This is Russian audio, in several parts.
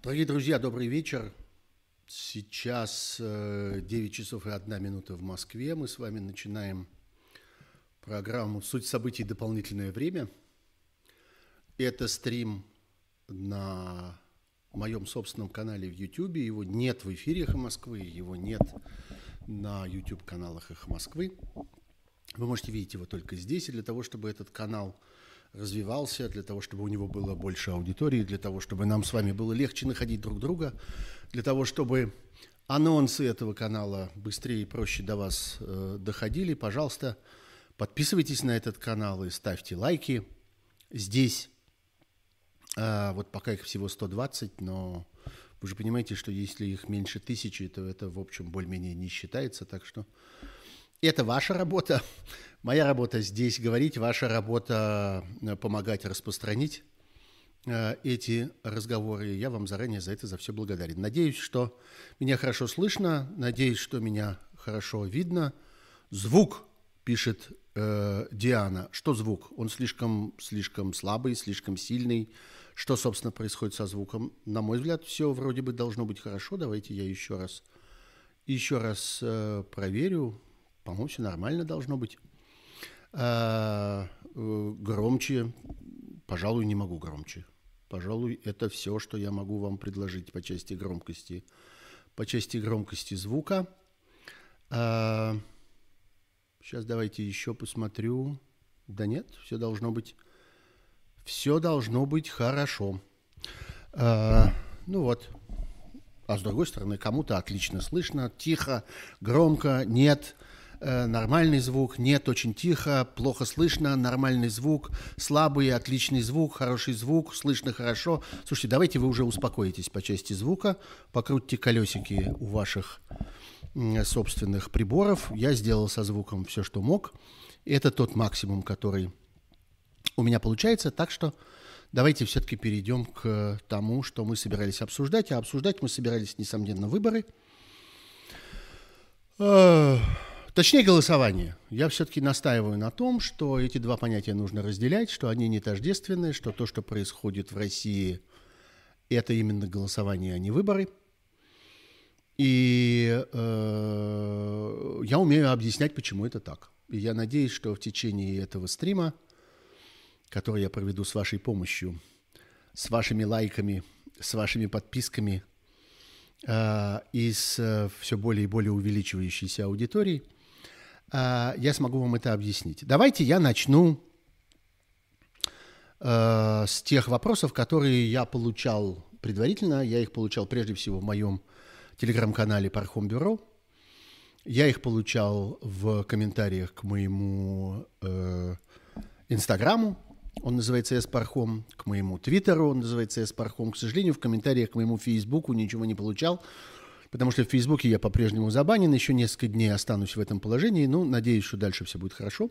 Дорогие друзья, добрый вечер. Сейчас 9 часов и 1 минута в Москве. Мы с вами начинаем программу «Суть событий. Дополнительное время». Это стрим на моем собственном канале в YouTube. Его нет в эфире «Эхо Москвы», его нет на YouTube-каналах «Эхо Москвы». Вы можете видеть его только здесь. И для того, чтобы этот канал развивался, для того, чтобы у него было больше аудитории, для того, чтобы нам с вами было легче находить друг друга, для того, чтобы анонсы этого канала быстрее и проще до вас доходили, пожалуйста, подписывайтесь на этот канал и ставьте лайки. Здесь вот пока их всего 120, но вы же понимаете, что если их меньше 1000, то это, в общем, более-менее не считается, так что это ваша работа. Моя работа здесь говорить, ваша работа помогать распространить эти разговоры. Я вам заранее за это, за все благодарен. Надеюсь, что меня хорошо слышно, надеюсь, что меня хорошо видно. Звук, пишет Диана. Что звук? Он слишком слабый, слишком сильный. Что, собственно, происходит со звуком? На мой взгляд, все вроде бы должно быть хорошо. Давайте я еще раз проверю. По-моему, все нормально должно быть. Громче. Пожалуй, не могу громче. Пожалуй, это все, что я могу вам предложить по части громкости. По части громкости звука. Сейчас давайте еще посмотрю. Да нет, все должно быть хорошо. Ну вот. А с другой стороны, кому-то отлично слышно, тихо, громко, нет. Нормальный звук, нет, очень тихо, плохо слышно, нормальный звук, слабый, отличный звук, хороший звук, слышно хорошо. Слушайте, давайте вы уже успокоитесь по части звука, покрутите колесики у ваших собственных приборов. Я сделал со звуком все, что мог. Это тот максимум, который у меня получается, так что давайте все-таки перейдем к тому, что мы собирались обсуждать. А обсуждать мы собирались, несомненно, выборы. Точнее, голосование. Я все-таки настаиваю на том, что эти два понятия нужно разделять, что они не тождественны, что то, что происходит в России, это именно голосование, а не выборы. И я умею объяснять, почему это так. И я надеюсь, что в течение этого стрима, который я проведу с вашей помощью, с вашими лайками, с вашими подписками и с все более и более увеличивающейся аудиторией, я смогу вам это объяснить. Давайте я начну с тех вопросов, которые я получал предварительно. Я их получал прежде всего в моем телеграм-канале Пархом Бюро. Я их получал в комментариях к моему инстаграму. Он называется СПархом. К моему твиттеру он называется СПархом. К сожалению, в комментариях к моему фейсбуку ничего не получал. Потому что в Фейсбуке я по-прежнему забанен, еще несколько дней останусь в этом положении, ну, надеюсь, что дальше все будет хорошо.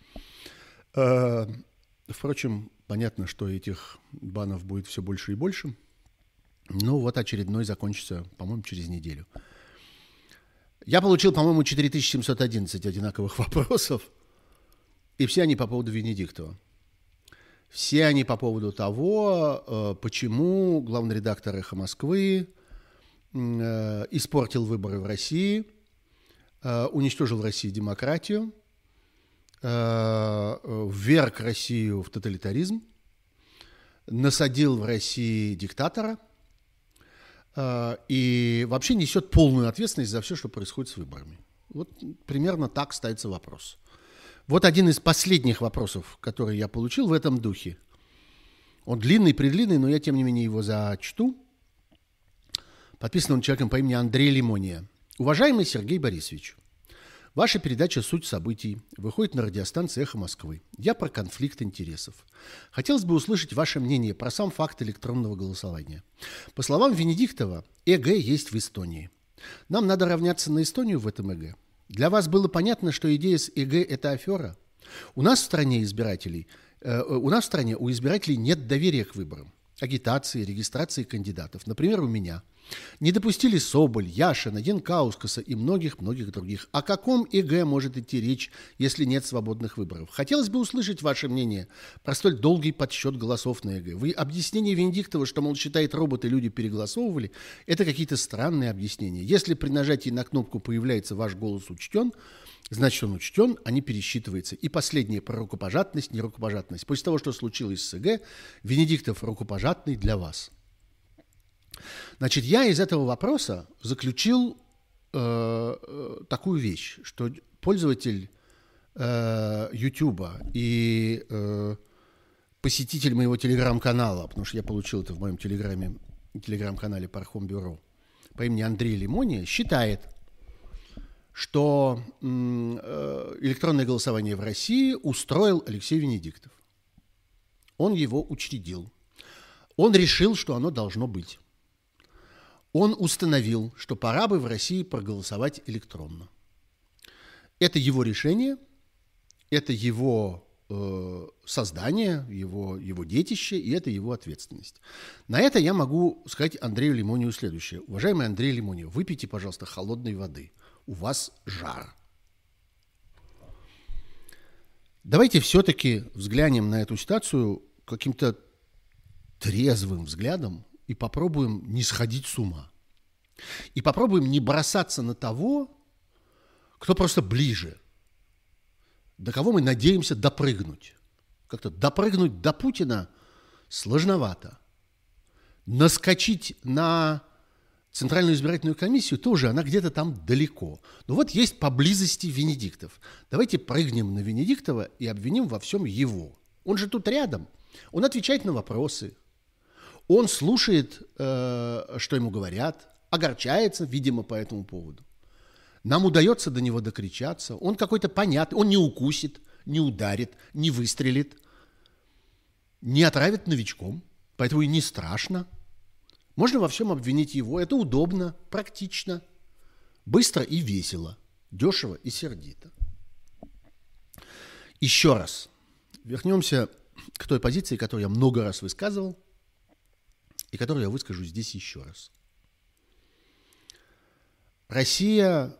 Впрочем, понятно, что этих банов будет все больше и больше. Ну, вот очередной закончится, по-моему, через неделю. Я получил, по-моему, 4711 одинаковых вопросов, и все они по поводу Венедиктова. Все они по поводу того, почему главный редактор «Эхо Москвы» испортил выборы в России, уничтожил в России демократию, вверг Россию в тоталитаризм, насадил в России диктатора и вообще несет полную ответственность за все, что происходит с выборами. Вот примерно так ставится вопрос. Вот один из последних вопросов, который я получил в этом духе. Он длинный-предлинный, но я, тем не менее, его зачту. Подписан он человеком по имени Андрей Лимония. Уважаемый Сергей Борисович, ваша передача «Суть событий» выходит на радиостанции «Эхо Москвы». Я про конфликт интересов. Хотелось бы услышать ваше мнение про сам факт электронного голосования. По словам Венедиктова, ЕГЭ есть в Эстонии. Нам надо равняться на Эстонию в этом ЕГЭ. Для вас было понятно, что идея с ЕГЭ – это афера? У нас в стране у избирателей нет доверия к выборам, агитации, регистрации кандидатов. Например, у меня – Не допустили Соболь, Яшина, Янкаускаса и многих-многих других. О каком ЕГЭ может идти речь, если нет свободных выборов? Хотелось бы услышать ваше мнение про столь долгий подсчет голосов на ЕГЭ. Вы объяснение Венедиктова, что, мол, считает роботы, люди переголосовывали, это какие-то странные объяснения. Если при нажатии на кнопку появляется ваш голос учтен, значит, он учтен, а не пересчитывается. И последнее про рукопожатность, нерукопожатность. После того, что случилось с ЕГЭ, Венедиктов рукопожатный для вас. Значит, я из этого вопроса заключил такую вещь, что пользователь Ютуба и посетитель моего телеграм-канала, потому что я получил это в моем телеграм-канале Пархом Бюро, по имени Андрей Лимония, считает, что электронное голосование в России устроил Алексей Венедиктов. Он его учредил. Он решил, что оно должно быть. Он установил, что пора бы в России проголосовать электронно. Это его решение, это его создание, его детище, и это его ответственность. На это я могу сказать Андрею Лимонию следующее. Уважаемый Андрей Лимонию, выпейте, пожалуйста, холодной воды. У вас жар. Давайте все-таки взглянем на эту ситуацию каким-то трезвым взглядом и попробуем не сходить с ума. И попробуем не бросаться на того, кто просто ближе, до кого мы надеемся допрыгнуть. Как-то допрыгнуть до Путина сложновато. Наскочить на Центральную избирательную комиссию тоже, она где-то там далеко. Но вот есть поблизости Венедиктов. Давайте прыгнем на Венедиктова и обвиним во всем его. Он же тут рядом. Он отвечает на вопросы. Он слушает, что ему говорят, огорчается, видимо, по этому поводу. Нам удается до него докричаться. Он какой-то понятный, он не укусит, не ударит, не выстрелит, не отравит новичком, поэтому и не страшно. Можно во всем обвинить его. Это удобно, практично, быстро и весело, дешево и сердито. Еще раз вернемся к той позиции, которую я много раз высказывал, и которую я выскажу здесь еще раз. Россия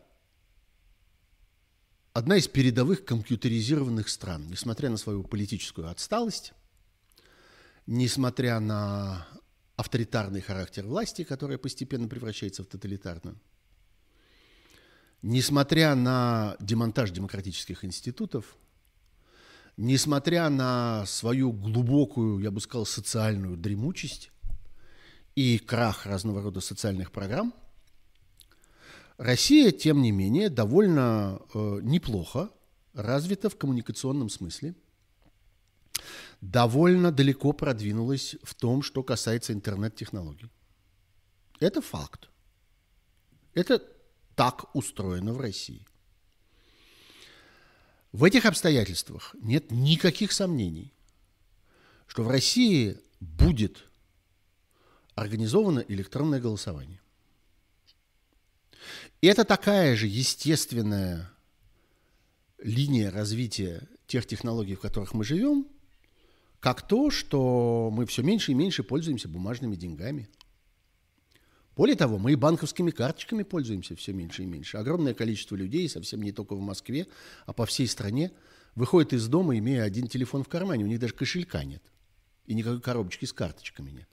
– одна из передовых компьютеризированных стран, несмотря на свою политическую отсталость, несмотря на авторитарный характер власти, которая постепенно превращается в тоталитарную, несмотря на демонтаж демократических институтов, несмотря на свою глубокую, я бы сказал, социальную дремучесть и крах разного рода социальных программ, Россия, тем не менее, довольно неплохо развита в коммуникационном смысле, довольно далеко продвинулась в том, что касается интернет-технологий. Это факт. Это так устроено в России. В этих обстоятельствах нет никаких сомнений, что в России будет организовано электронное голосование. И это такая же естественная линия развития тех технологий, в которых мы живем, как то, что мы все меньше и меньше пользуемся бумажными деньгами. Более того, мы и банковскими карточками пользуемся все меньше и меньше. Огромное количество людей, совсем не только в Москве, а по всей стране, выходит из дома, имея один телефон в кармане. У них даже кошелька нет. И никакой коробочки с карточками нет.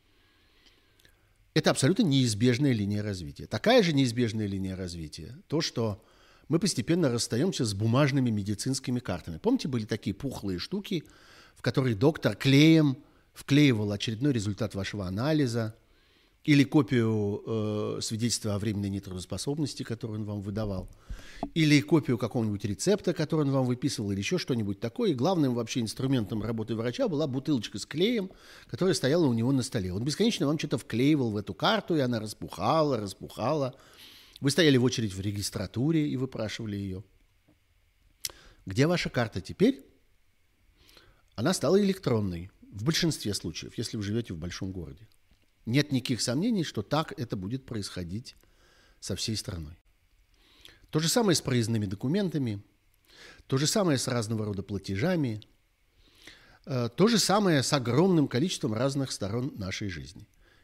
Это абсолютно неизбежная линия развития. Такая же неизбежная линия развития – то, что мы постепенно расстаемся с бумажными медицинскими картами. Помните, были такие пухлые штуки, в которые доктор клеем вклеивал очередной результат вашего анализа или копию свидетельства о временной нетрудоспособности, которую он вам выдавал, или копию какого-нибудь рецепта, который он вам выписывал, или еще что-нибудь такое. И главным вообще инструментом работы врача была бутылочка с клеем, которая стояла у него на столе. Он бесконечно вам что-то вклеивал в эту карту, и она распухала. Вы стояли в очередь в регистратуре и выпрашивали ее. Где ваша карта теперь? Она стала электронной в большинстве случаев, если вы живете в большом городе. Нет никаких сомнений, что так это будет происходить со всей страной. То же самое с проездными документами, то же самое с разного рода платежами, то же самое с огромным количеством разных сторон нашей жизни.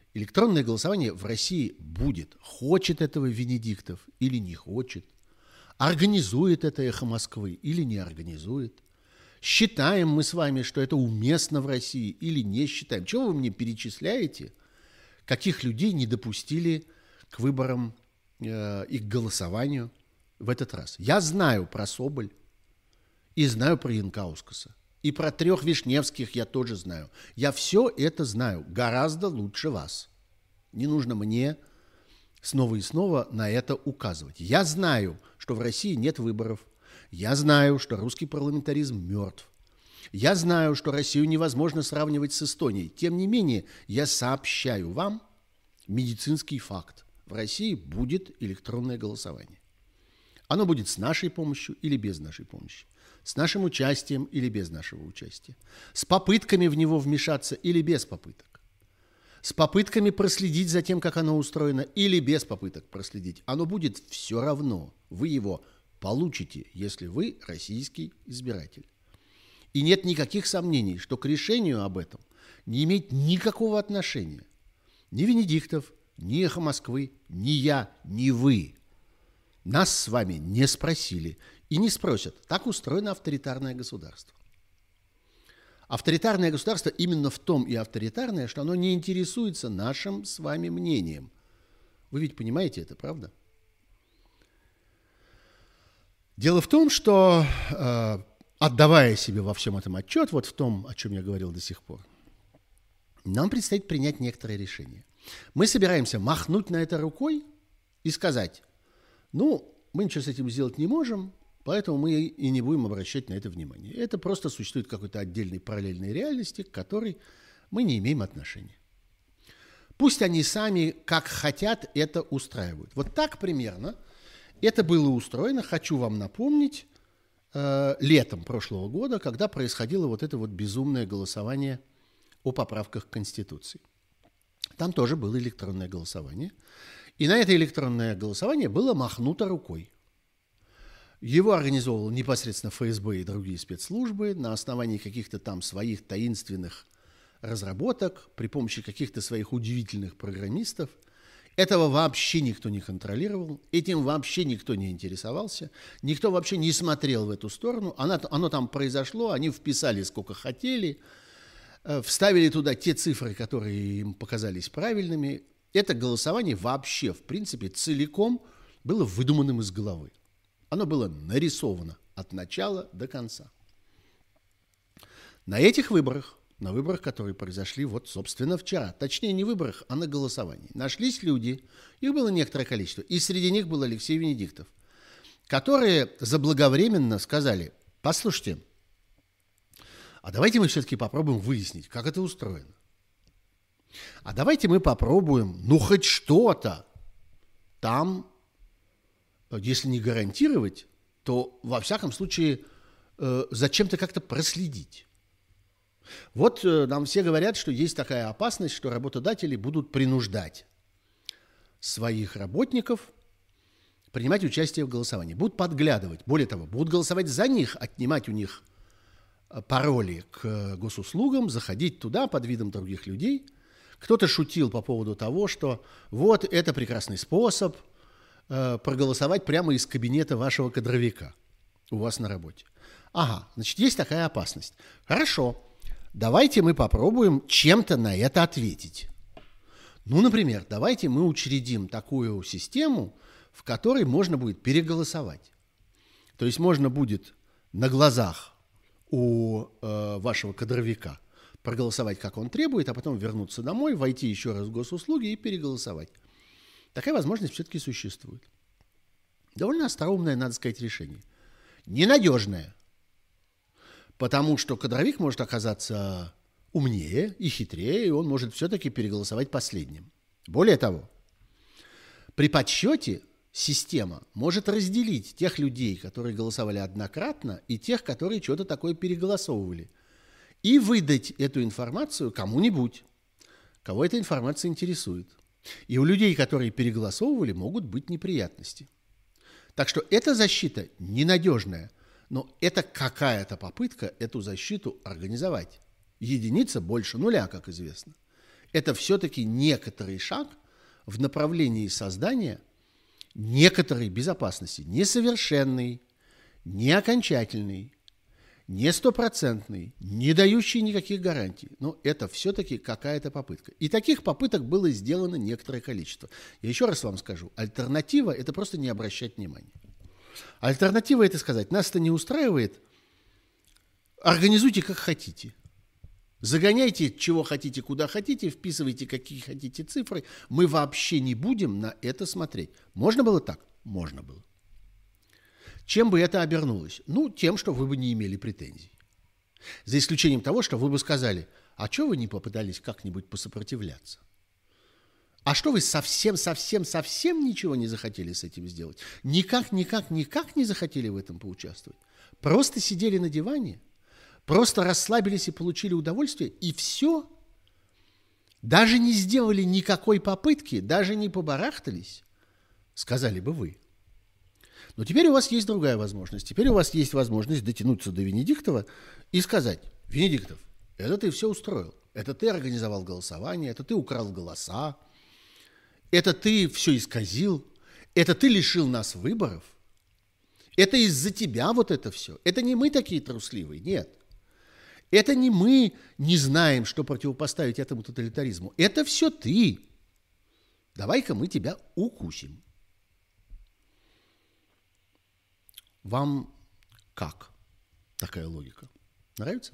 Электронное голосование в России будет. Хочет этого Венедиктов или не хочет. Организует это «Эхо Москвы» или не организует. Считаем мы с вами, что это уместно в России или не считаем. Чего вы мне перечисляете? Каких людей не допустили к выборам и к голосованию в этот раз? Я знаю про Соболь и знаю про Янкаускаса. И про 3 Вишневских я тоже знаю. Я все это знаю гораздо лучше вас. Не нужно мне снова и снова на это указывать. Я знаю, что в России нет выборов. Я знаю, что русский парламентаризм мертв. Я знаю, что Россию невозможно сравнивать с Эстонией. Тем не менее, я сообщаю вам медицинский факт. В России будет электронное голосование. Оно будет с нашей помощью или без нашей помощи. С нашим участием или без нашего участия. С попытками в него вмешаться или без попыток. С попытками проследить за тем, как оно устроено, или без попыток проследить. Оно будет все равно. Вы его получите, если вы российский избиратель. И нет никаких сомнений, что к решению об этом не имеет никакого отношения ни Венедиктов, ни «Эхо Москвы», ни я, ни вы. Нас с вами не спросили и не спросят. Так устроено авторитарное государство. Авторитарное государство именно в том и авторитарное, что оно не интересуется нашим с вами мнением. Вы ведь понимаете это, правда? Дело в том, что, отдавая себе во всем этом отчет, вот в том, о чем я говорил до сих пор, нам предстоит принять некоторые решения. Мы собираемся махнуть на это рукой и сказать: ну, мы ничего с этим сделать не можем, поэтому мы и не будем обращать на это внимание. Это просто существует какой-то отдельной параллельной реальности, к которой мы не имеем отношения. Пусть они сами, как хотят, это устраивают. Вот так примерно это было устроено, хочу вам напомнить, летом прошлого года, когда происходило вот это вот безумное голосование о поправках к Конституции. Там тоже было электронное голосование. И на это электронное голосование было махнуто рукой. Его организовывал непосредственно ФСБ и другие спецслужбы на основании каких-то там своих таинственных разработок, при помощи каких-то своих удивительных программистов. Этого вообще никто не контролировал, этим вообще никто не интересовался, никто вообще не смотрел в эту сторону. Оно там произошло, они вписали сколько хотели, вставили туда те цифры, которые им показались правильными. Это голосование вообще, в принципе, целиком было выдуманным из головы. Оно было нарисовано от начала до конца. На этих выборах, на выборах, которые произошли вот, собственно, вчера, точнее, не выборах, а на голосовании, нашлись люди, их было некоторое количество, и среди них был Алексей Венедиктов, которые заблаговременно сказали: послушайте, а давайте мы все-таки попробуем выяснить, как это устроено. А давайте мы попробуем, ну, хоть что-то там, если не гарантировать, то, во всяком случае, зачем-то как-то проследить. Вот нам все говорят, что есть такая опасность, что работодатели будут принуждать своих работников принимать участие в голосовании. Будут подглядывать. Более того, будут голосовать за них, отнимать у них пароли к госуслугам, заходить туда под видом других людей. Кто-то шутил по поводу того, что вот это прекрасный способ проголосовать прямо из кабинета вашего кадровика у вас на работе. Ага, значит, есть такая опасность. Хорошо, давайте мы попробуем чем-то на это ответить. Ну, например, давайте мы учредим такую систему, в которой можно будет переголосовать. То есть можно будет на глазах у вашего кадровика проголосовать, как он требует, а потом вернуться домой, войти еще раз в госуслуги и переголосовать. Такая возможность все-таки существует. Довольно остроумное, надо сказать, решение. Ненадежное, потому что кадровик может оказаться умнее и хитрее, и он может все-таки переголосовать последним. Более того, при подсчете система может разделить тех людей, которые голосовали однократно, и тех, которые что-то такое переголосовывали, и выдать эту информацию кому-нибудь, кого эта информация интересует. И у людей, которые переголосовывали, могут быть неприятности. Так что эта защита ненадежная, но это какая-то попытка эту защиту организовать. Единица больше нуля, как известно. Это все-таки некоторый шаг в направлении создания некоторой безопасности. Несовершенный, не окончательный, не стопроцентный, не дающий никаких гарантий. Но это все-таки какая-то попытка. И таких попыток было сделано некоторое количество. Я еще раз вам скажу, альтернатива – это просто не обращать внимания. Альтернатива – это сказать, нас это не устраивает, организуйте как хотите. Загоняйте, чего хотите, куда хотите, вписывайте, какие хотите цифры. Мы вообще не будем на это смотреть. Можно было так? Можно было. Чем бы это обернулось? Ну, тем, что вы бы не имели претензий. За исключением того, что вы бы сказали, а что вы не попытались как-нибудь посопротивляться? А что вы совсем ничего не захотели с этим сделать? Никак не захотели в этом поучаствовать? Просто сидели на диване? Просто расслабились и получили удовольствие? И все? Даже не сделали никакой попытки, даже не побарахтались? Сказали бы вы. Но теперь у вас есть другая возможность. Теперь у вас есть возможность дотянуться до Венедиктова и сказать, Венедиктов, это ты все устроил. Это ты организовал голосование, это ты украл голоса, это ты все исказил, это ты лишил нас выборов. Это из-за тебя вот это все. Это не мы такие трусливые, нет. Это не мы не знаем, что противопоставить этому тоталитаризму. Это все ты. Давай-ка мы тебя укусим. Вам как такая логика? Нравится?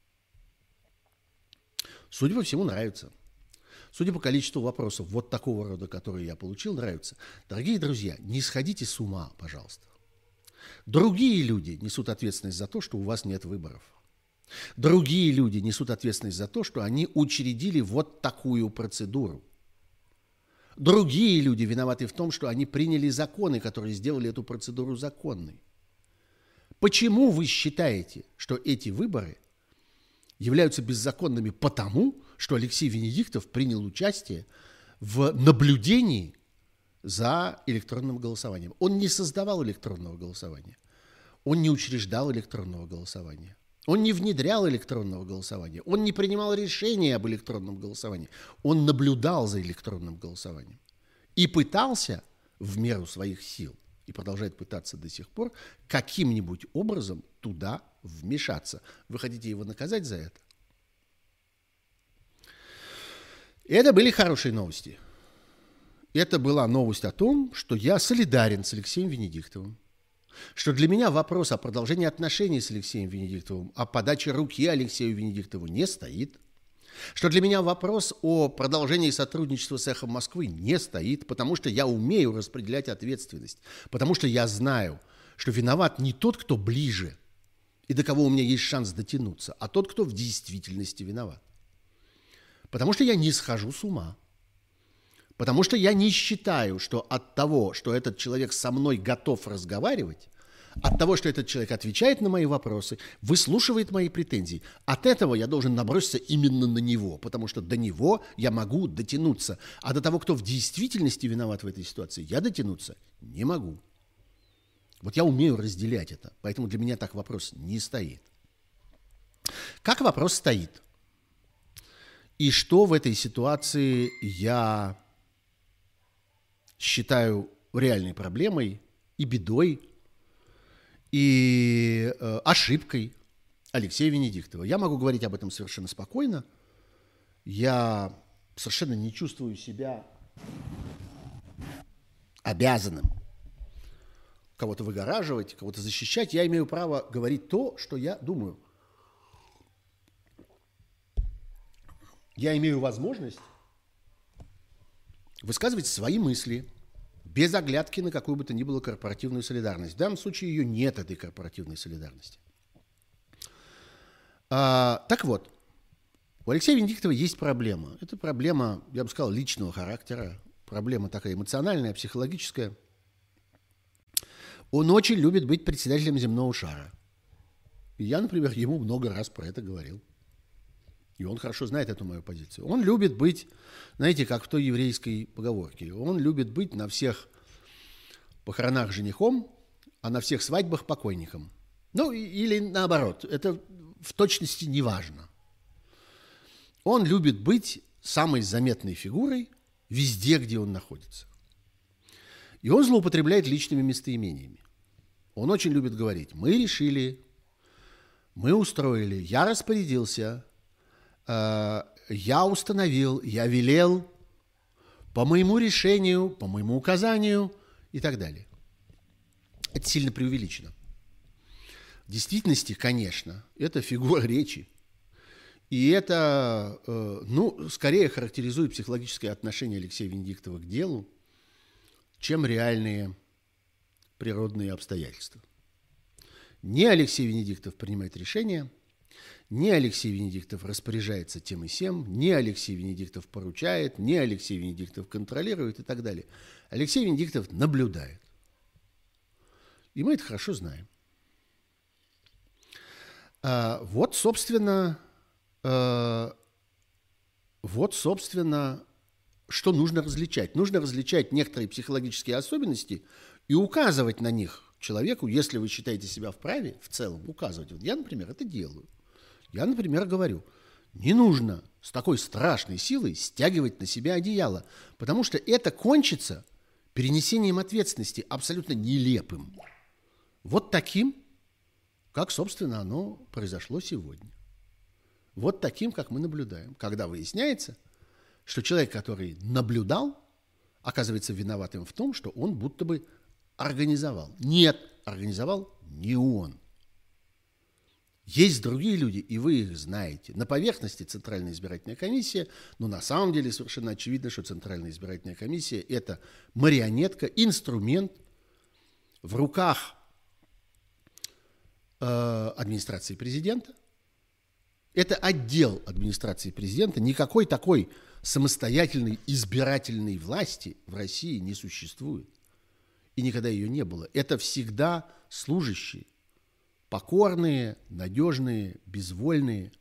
Судя по всему, нравится. Судя по количеству вопросов вот такого рода, которые я получил, нравится. Дорогие друзья, не сходите с ума, пожалуйста. Другие люди несут ответственность за то, что у вас нет выборов. Другие люди несут ответственность за то, что они учредили вот такую процедуру. Другие люди виноваты в том, что они приняли законы, которые сделали эту процедуру законной. Почему вы считаете, что эти выборы являются беззаконными? Потому, что Алексей Венедиктов принял участие в наблюдении за электронным голосованием. Он не создавал электронного голосования. Он не учреждал электронного голосования. Он не внедрял электронного голосования. Он не принимал решения об электронном голосовании. Он наблюдал за электронным голосованием. И пытался в меру своих сил, и продолжает пытаться до сих пор, каким-нибудь образом туда вмешаться. Вы хотите его наказать за это? Это были хорошие новости. Это была новость о том, что я солидарен с Алексеем Венедиктовым, что для меня вопрос о продолжении отношений с Алексеем Венедиктовым, о подаче руки Алексею Венедиктову не стоит, что для меня вопрос о продолжении сотрудничества с «Эхом Москвы» не стоит, потому что я умею распределять ответственность, потому что я знаю, что виноват не тот, кто ближе и до кого у меня есть шанс дотянуться, а тот, кто в действительности виноват. Потому что я не схожу с ума. Потому что я не считаю, что от того, что этот человек со мной готов разговаривать, от того, что этот человек отвечает на мои вопросы, выслушивает мои претензии, от этого я должен наброситься именно на него, потому что до него я могу дотянуться. А до того, кто в действительности виноват в этой ситуации, я дотянуться не могу. Вот я умею разделять это, поэтому для меня так вопрос не стоит. Как вопрос стоит? И что в этой ситуации я считаю реальной проблемой и бедой, и ошибкой Алексея Венедиктова. Я могу говорить об этом совершенно спокойно. Я совершенно не чувствую себя обязанным кого-то выгораживать, кого-то защищать. Я имею право говорить то, что я думаю. Я имею возможность высказывать свои мысли без оглядки на какую бы то ни было корпоративную солидарность. В данном случае ее нет, этой корпоративной солидарности. Так вот, у Алексея Венедиктова есть проблема. Это проблема, я бы сказал, личного характера, проблема такая эмоциональная, психологическая. Он очень любит быть председателем земного шара. И я, например, ему много раз про это говорил. И он хорошо знает эту мою позицию. Он любит быть, знаете, как в той еврейской поговорке. Он любит быть на всех похоронах женихом, а на всех свадьбах покойником. Ну, или наоборот. Это в точности не важно. Он любит быть самой заметной фигурой везде, где он находится. И он злоупотребляет личными местоимениями. Он очень любит говорить: мы решили, мы устроили, я распорядился, я установил, я велел, по моему решению, по моему указанию и так далее. Это сильно преувеличено. В действительности, конечно, это фигура речи. И это, скорее характеризует психологическое отношение Алексея Венедиктова к делу, чем реальные природные обстоятельства. Не Алексей Венедиктов принимает решения, не Алексей Венедиктов распоряжается тем и сем, не Алексей Венедиктов поручает, не Алексей Венедиктов контролирует и так далее. Алексей Венедиктов наблюдает. И мы это хорошо знаем. Вот, собственно, что нужно различать. Нужно различать некоторые психологические особенности и указывать на них человеку, если вы считаете себя вправе, в целом, указывать. Вот я, например, это делаю. Я, например, говорю: не нужно с такой страшной силой стягивать на себя одеяло, потому что это кончится перенесением ответственности абсолютно нелепым. Вот таким, как, собственно, оно произошло сегодня. Вот таким, как мы наблюдаем. Когда выясняется, что человек, который наблюдал, оказывается виноватым в том, что он будто бы организовал. Нет, организовал не он. Есть другие люди, и вы их знаете. На поверхности Центральная избирательная комиссия, но на самом деле совершенно очевидно, что Центральная избирательная комиссия – это марионетка, инструмент в руках администрации президента. Это отдел администрации президента. Никакой такой самостоятельной избирательной власти в России не существует. И никогда ее не было. Это всегда служащие, покорные, надежные, безвольные.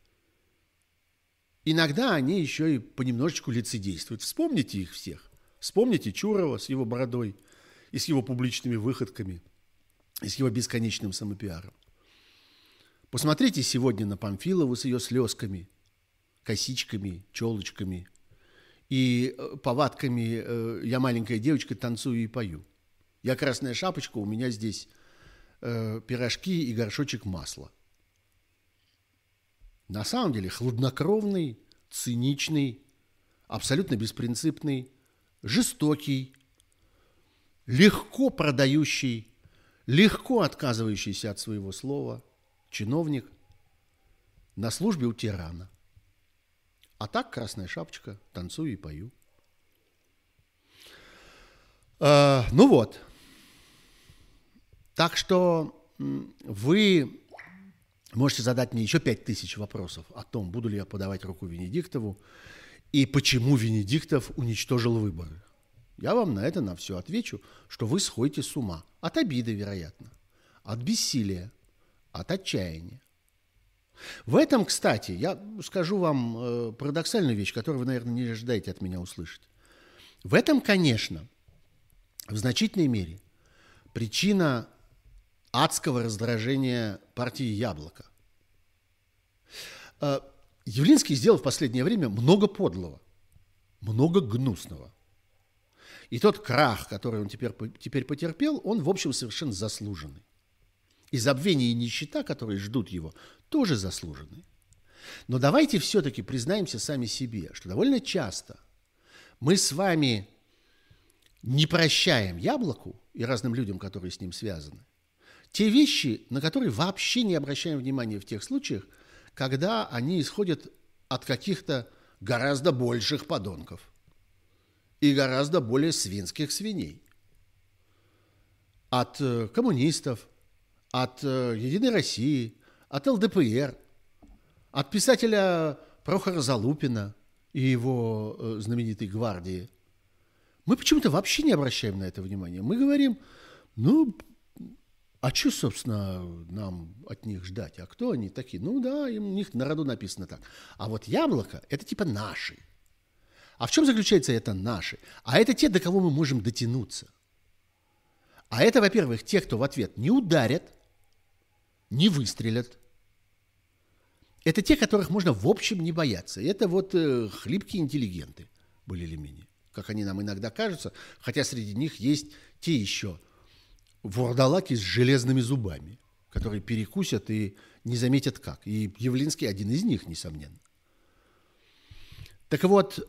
Иногда они еще и понемножечку лицедействуют. Вспомните их всех. Вспомните Чурова с его бородой и с его публичными выходками, и с его бесконечным самопиаром. Посмотрите сегодня на Памфилову с ее слезками, косичками, челочками и повадками «я маленькая девочка, танцую и пою». «Я красная шапочка, у меня здесь пирожки и горшочек масла». На самом деле хладнокровный, циничный, абсолютно беспринципный, жестокий, легко продающий, легко отказывающийся от своего слова чиновник на службе у тирана. А так красная шапочка, танцую и пою. Ну вот. Так что вы можете задать мне еще 5000 вопросов о том, буду ли я подавать руку Венедиктову и почему Венедиктов уничтожил выборы. Я вам на все отвечу, что вы сходите с ума. От обиды, вероятно, от бессилия, от отчаяния. В этом, кстати, я скажу вам парадоксальную вещь, которую вы, наверное, не ожидаете от меня услышать. В этом, конечно, в значительной мере причина адского раздражения партии «Яблоко». Явлинский сделал в последнее время много подлого, много гнусного. И тот крах, который он теперь потерпел, он, в общем, совершенно заслуженный. И забвение и нищета, которые ждут его, тоже заслуженные. Но давайте все-таки признаемся сами себе, что довольно часто мы с вами не прощаем Яблоку и разным людям, которые с ним связаны, те вещи, на которые вообще не обращаем внимания в тех случаях, когда они исходят от каких-то гораздо больших подонков и гораздо более свинских свиней. От коммунистов, от «Единой России», от ЛДПР, от писателя Прохора Залупина и его знаменитой гвардии. Мы почему-то вообще не обращаем на это внимания. Мы говорим, а что, собственно, нам от них ждать? А кто они такие? Ну да, у них на роду написано так. А вот «Яблоко» – это типа наши. А в чем заключается это наши? А это те, до кого мы можем дотянуться. А это, во-первых, те, кто в ответ не ударят, не выстрелят. это те, которых можно в общем не бояться. Это вот хлипкие интеллигенты, более или менее, как они нам иногда кажутся, хотя среди них есть те еще вурдалаки с железными зубами, которые перекусят и не заметят как. И Явлинский один из них, несомненно. Так вот,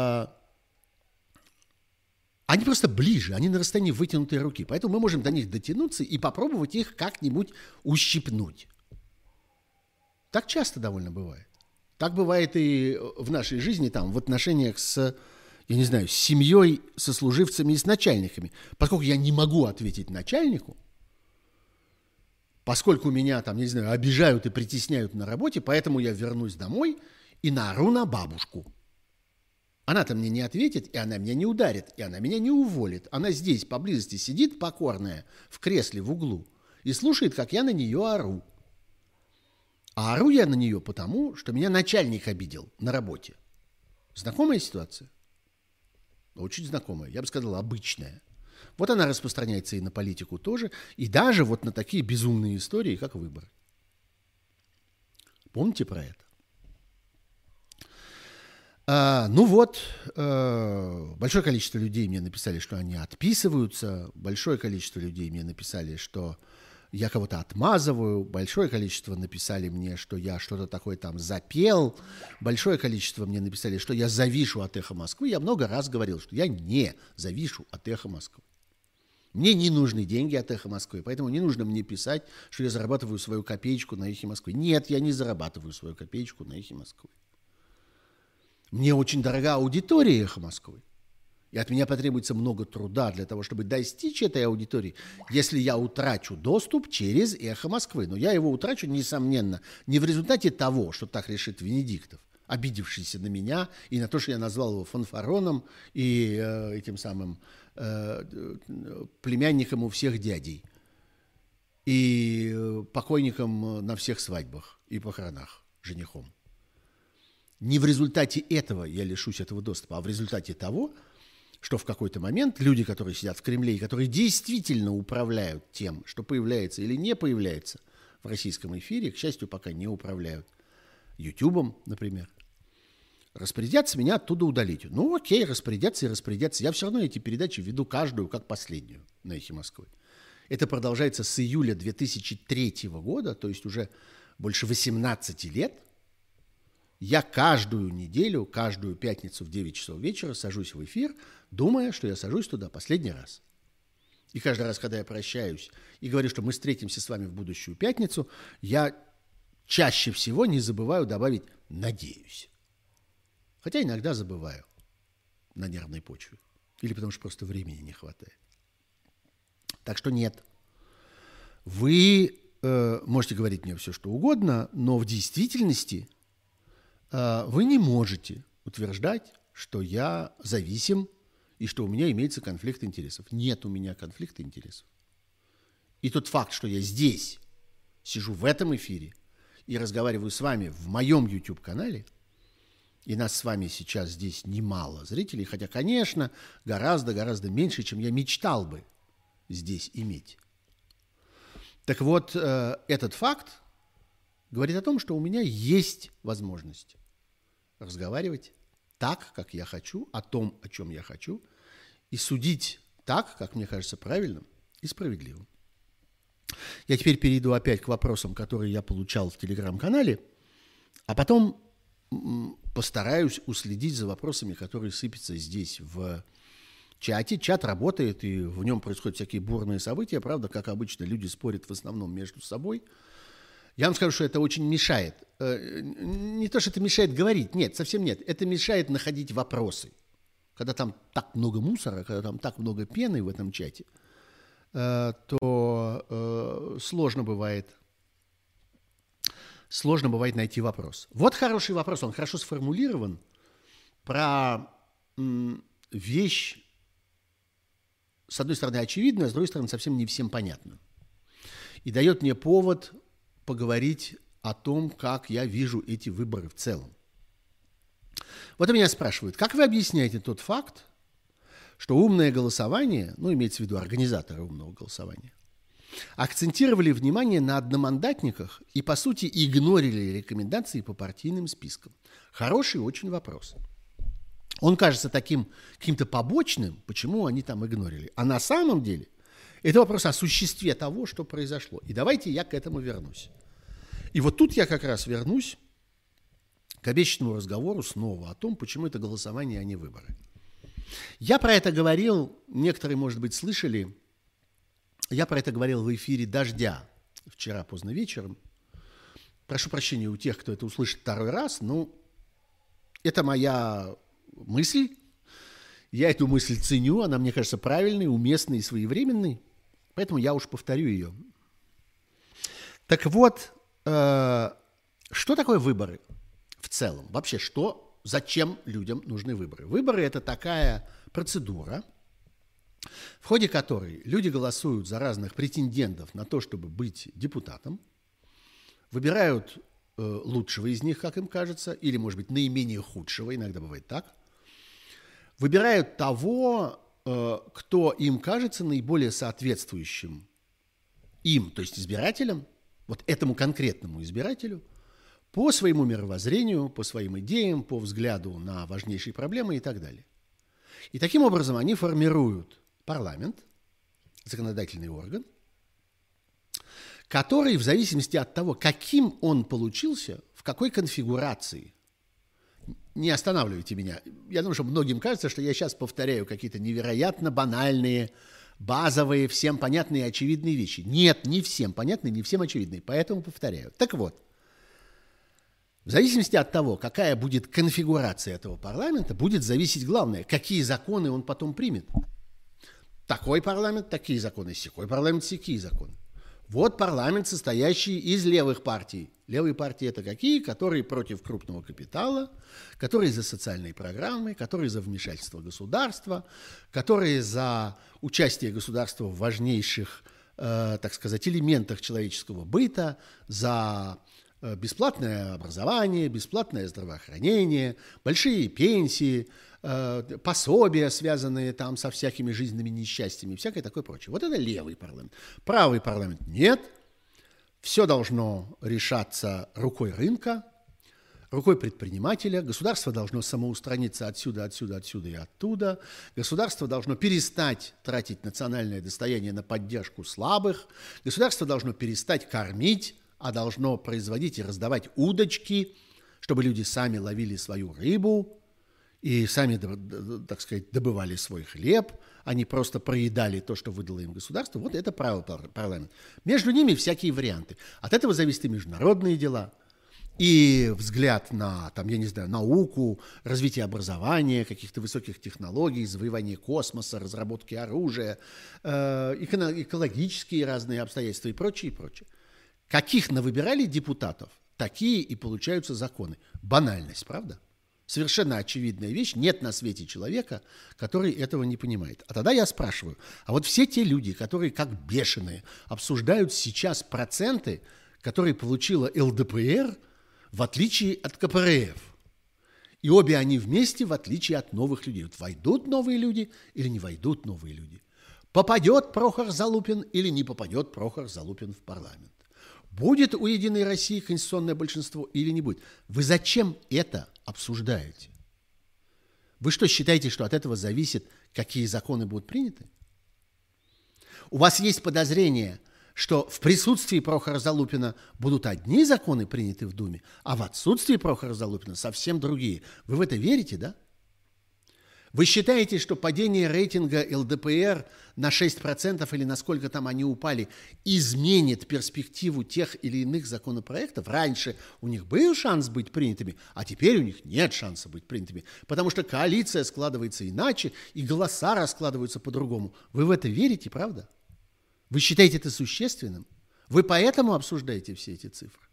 они просто ближе, они на расстоянии вытянутой руки, поэтому мы можем до них дотянуться и попробовать их как-нибудь ущипнуть. Так часто довольно бывает. Так бывает и в нашей жизни, там, в отношениях с, я не знаю, с семьей, со служивцами и с начальниками. Поскольку я не могу ответить начальнику, поскольку меня, там, не знаю, обижают и притесняют на работе, поэтому я вернусь домой и наору на бабушку. Она-то мне не ответит, и она меня не ударит, и она меня не уволит. Она здесь, поблизости, сидит покорная, в кресле в углу, и слушает, как я на нее ору. А ору я на нее потому, что меня начальник обидел на работе. Знакомая ситуация? Очень знакомая, я бы сказал, обычная. Вот она распространяется и на политику тоже, и даже вот на такие безумные истории, как выборы. Помните про это? Большое количество людей мне написали, что они отписываются, большое количество людей мне написали, что я кого-то отмазываю, большое количество написали мне, что я что-то такое там запел, большое количество мне написали, что я завишу от «Эхо Москвы». Я много раз говорил, что я не завишу от «Эхо Москвы». Мне не нужны деньги от «Эхо Москвы», поэтому не нужно мне писать, что я зарабатываю свою копеечку на «Эхе Москвы». Нет, я не зарабатываю свою копеечку на «Эхе Москвы». Мне очень дорога аудитория «Эхо Москвы». И от меня потребуется много труда для того, чтобы достичь этой аудитории, если я утрачу доступ через «Эхо Москвы». Но я его утрачу, несомненно, не в результате того, что так решит Венедиктов, обидевшийся на меня и на то, что я назвал его фанфароном и этим самым племянником у всех дядей и покойником на всех свадьбах и похоронах, женихом. Не в результате этого я лишусь этого доступа, а в результате того, что в какой-то момент люди, которые сидят в Кремле и которые действительно управляют тем, что появляется или не появляется в российском эфире, к счастью, пока не управляют Ютубом, например, распорядятся меня оттуда удалить. Ну, окей, распорядятся и распорядятся. Я все равно эти передачи веду каждую как последнюю на «Эхе Москвы». Это продолжается с июля 2003 года, то есть уже больше 18 лет. Я каждую неделю, каждую пятницу в 9 часов вечера сажусь в эфир, думая, что я сажусь туда последний раз. И каждый раз, когда я прощаюсь и говорю, что мы встретимся с вами в будущую пятницу, я чаще всего не забываю добавить «надеюсь». Хотя иногда забываю на нервной почве. Или потому что просто времени не хватает. Так что нет. Вы можете говорить мне все, что угодно, но в действительности вы не можете утверждать, что я зависим и что у меня имеется конфликт интересов. Нет у меня конфликта интересов. И тот факт, что я здесь сижу в этом эфире и разговариваю с вами в моем YouTube-канале, и нас с вами сейчас здесь немало зрителей, хотя, конечно, гораздо меньше, чем я мечтал бы здесь иметь. Так вот, этот факт говорит о том, что у меня есть возможность разговаривать так, как я хочу, о том, о чем я хочу, и судить так, как мне кажется правильным и справедливым. Я теперь перейду опять к вопросам, которые я получал в Телеграм-канале, а потом постараюсь уследить за вопросами, которые сыпятся здесь в чате. Чат работает, и в нем происходят всякие бурные события. Правда, как обычно, люди спорят в основном между собой. Я вам скажу, что это очень мешает. Не то, что это мешает говорить, нет, совсем нет. Это мешает находить вопросы. Когда там так много мусора, когда там так много пены в этом чате, то сложно бывает найти вопрос. Вот хороший вопрос, он хорошо сформулирован про вещь, с одной стороны, очевидную, а с другой стороны, совсем не всем понятную. И дает мне повод поговорить о том, как я вижу эти выборы в целом. Вот меня спрашивают, как вы объясняете тот факт, что умное голосование, ну, имеется в виду организаторы умного голосования, акцентировали внимание на одномандатниках и, по сути, игнорили рекомендации по партийным спискам? Хороший очень вопрос. Он кажется таким каким-то побочным, почему они там игнорили. А на самом деле это вопрос о существе того, что произошло. И давайте я к этому вернусь. И вот тут я как раз вернусь к обещанному разговору снова о том, почему это голосование, а не выборы. Я про это говорил, некоторые, может быть, слышали, я про это говорил в эфире «Дождя» вчера поздно вечером. Прошу прощения у тех, кто это услышит второй раз, но это моя мысль. Я эту мысль ценю, она мне кажется правильной, уместной и своевременной, поэтому я уж повторю ее. Так вот, что такое выборы в целом? Вообще, зачем людям нужны выборы? Выборы – это такая процедура, в ходе которой люди голосуют за разных претендентов на то, чтобы быть депутатом, выбирают лучшего из них, как им кажется, или, может быть, наименее худшего, иногда бывает так, выбирают того, кто им кажется наиболее соответствующим им, то есть избирателям, вот этому конкретному избирателю, по своему мировоззрению, по своим идеям, по взгляду на важнейшие проблемы и так далее. И таким образом они формируют парламент, законодательный орган, который в зависимости от того, каким он получился, в какой конфигурации, не останавливайте меня, я думаю, что многим кажется, что я сейчас повторяю какие-то невероятно банальные, базовые, всем понятные и очевидные вещи. Нет, не всем понятные, не всем очевидные, поэтому повторяю. Так вот, в зависимости от того, какая будет конфигурация этого парламента, будет зависеть главное, какие законы он потом примет. Такой парламент, такие законы, сякой парламент, сякие законы. Вот парламент, состоящий из левых партий. Левые партии – это какие? Которые против крупного капитала, которые за социальные программы, которые за вмешательство государства, которые за участие государства в важнейших, так сказать, элементах человеческого быта, за бесплатное образование, бесплатное здравоохранение, большие пенсии, пособия, связанные там со всякими жизненными несчастьями, всякое такое прочее. Вот это левый парламент. Правый парламент нет. Все должно решаться рукой рынка, рукой предпринимателя. Государство должно самоустраниться отсюда и оттуда. Государство должно перестать тратить национальное достояние на поддержку слабых. Государство должно перестать кормить, а должно производить и раздавать удочки, чтобы люди сами ловили свою рыбу и сами, так сказать, добывали свой хлеб, а не просто проедали то, что выдало им государство. Вот это правый парламент. Между ними всякие варианты. От этого зависят и международные дела, и взгляд на, там, я не знаю, науку, развитие образования, каких-то высоких технологий, завоевание космоса, разработки оружия, экологические разные обстоятельства и прочее, и прочее. Каких навыбирали депутатов, такие и получаются законы. Банальность, правда? Совершенно очевидная вещь. Нет на свете человека, который этого не понимает. А тогда я спрашиваю, а вот все те люди, которые как бешеные обсуждают сейчас проценты, которые получила ЛДПР, в отличие от КПРФ, и обе они вместе, в отличие от новых людей. Вот войдут новые люди или не войдут новые люди? Попадет Прохор Залупин или не попадет Прохор Залупин в парламент? Будет у «Единой России» конституционное большинство или не будет? Вы зачем это обсуждаете? Вы что, считаете, что от этого зависит, какие законы будут приняты? У вас есть подозрение, что в присутствии Прохора Залупина будут одни законы приняты в Думе, а в отсутствии Прохора Залупина совсем другие. Вы в это верите, да? Вы считаете, что падение рейтинга ЛДПР на 6% или на сколько там они упали изменит перспективу тех или иных законопроектов? Раньше у них был шанс быть принятыми, а теперь у них нет шанса быть принятыми, потому что коалиция складывается иначе, и голоса раскладываются по-другому. Вы в это верите, правда? Вы считаете это существенным? Вы поэтому обсуждаете все эти цифры?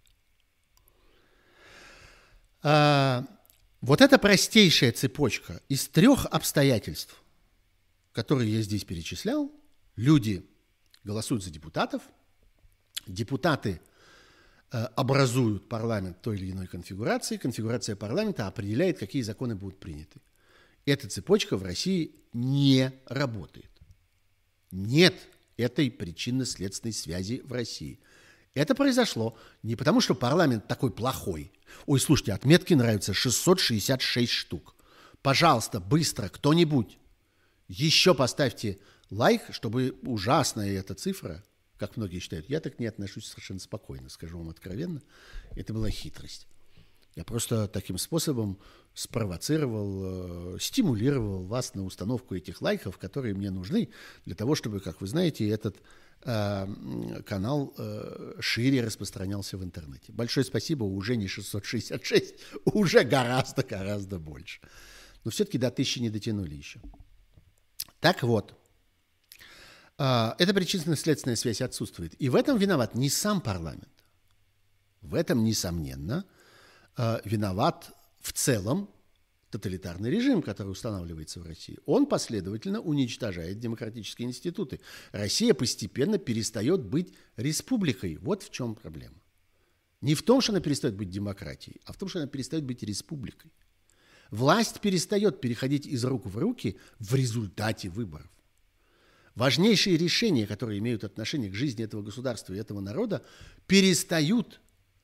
Вот эта простейшая цепочка из 3 обстоятельств, которые я здесь перечислял. Люди голосуют за депутатов, депутаты образуют парламент той или иной конфигурации, конфигурация парламента определяет, какие законы будут приняты. Эта цепочка в России не работает. Нет этой причинно-следственной связи в России. Это произошло не потому, что парламент такой плохой. Ой, слушайте, отметки нравятся 666 штук. Пожалуйста, быстро, кто-нибудь, еще поставьте лайк, чтобы ужасная эта цифра, как многие считают. Я так не отношусь совершенно спокойно, скажу вам откровенно. Это была хитрость. Я просто таким способом спровоцировал, стимулировал вас на установку этих лайков, которые мне нужны для того, чтобы, как вы знаете, этот канал шире распространялся в интернете. Большое спасибо, уже не 666, уже гораздо больше. Но все-таки до 1000 не дотянули еще. Так вот, эта причинно-следственная связь отсутствует. И в этом виноват не сам парламент. В этом, несомненно, виноват в целом тоталитарный режим, который устанавливается в России. Он последовательно уничтожает демократические институты. Россия постепенно перестает быть республикой. Вот в чем проблема. Не в том, что она перестает быть демократией, а в том, что она перестает быть республикой. Власть перестает переходить из рук в руки в результате выборов. Важнейшие решения, которые имеют отношение к жизни этого государства и этого народа, перестают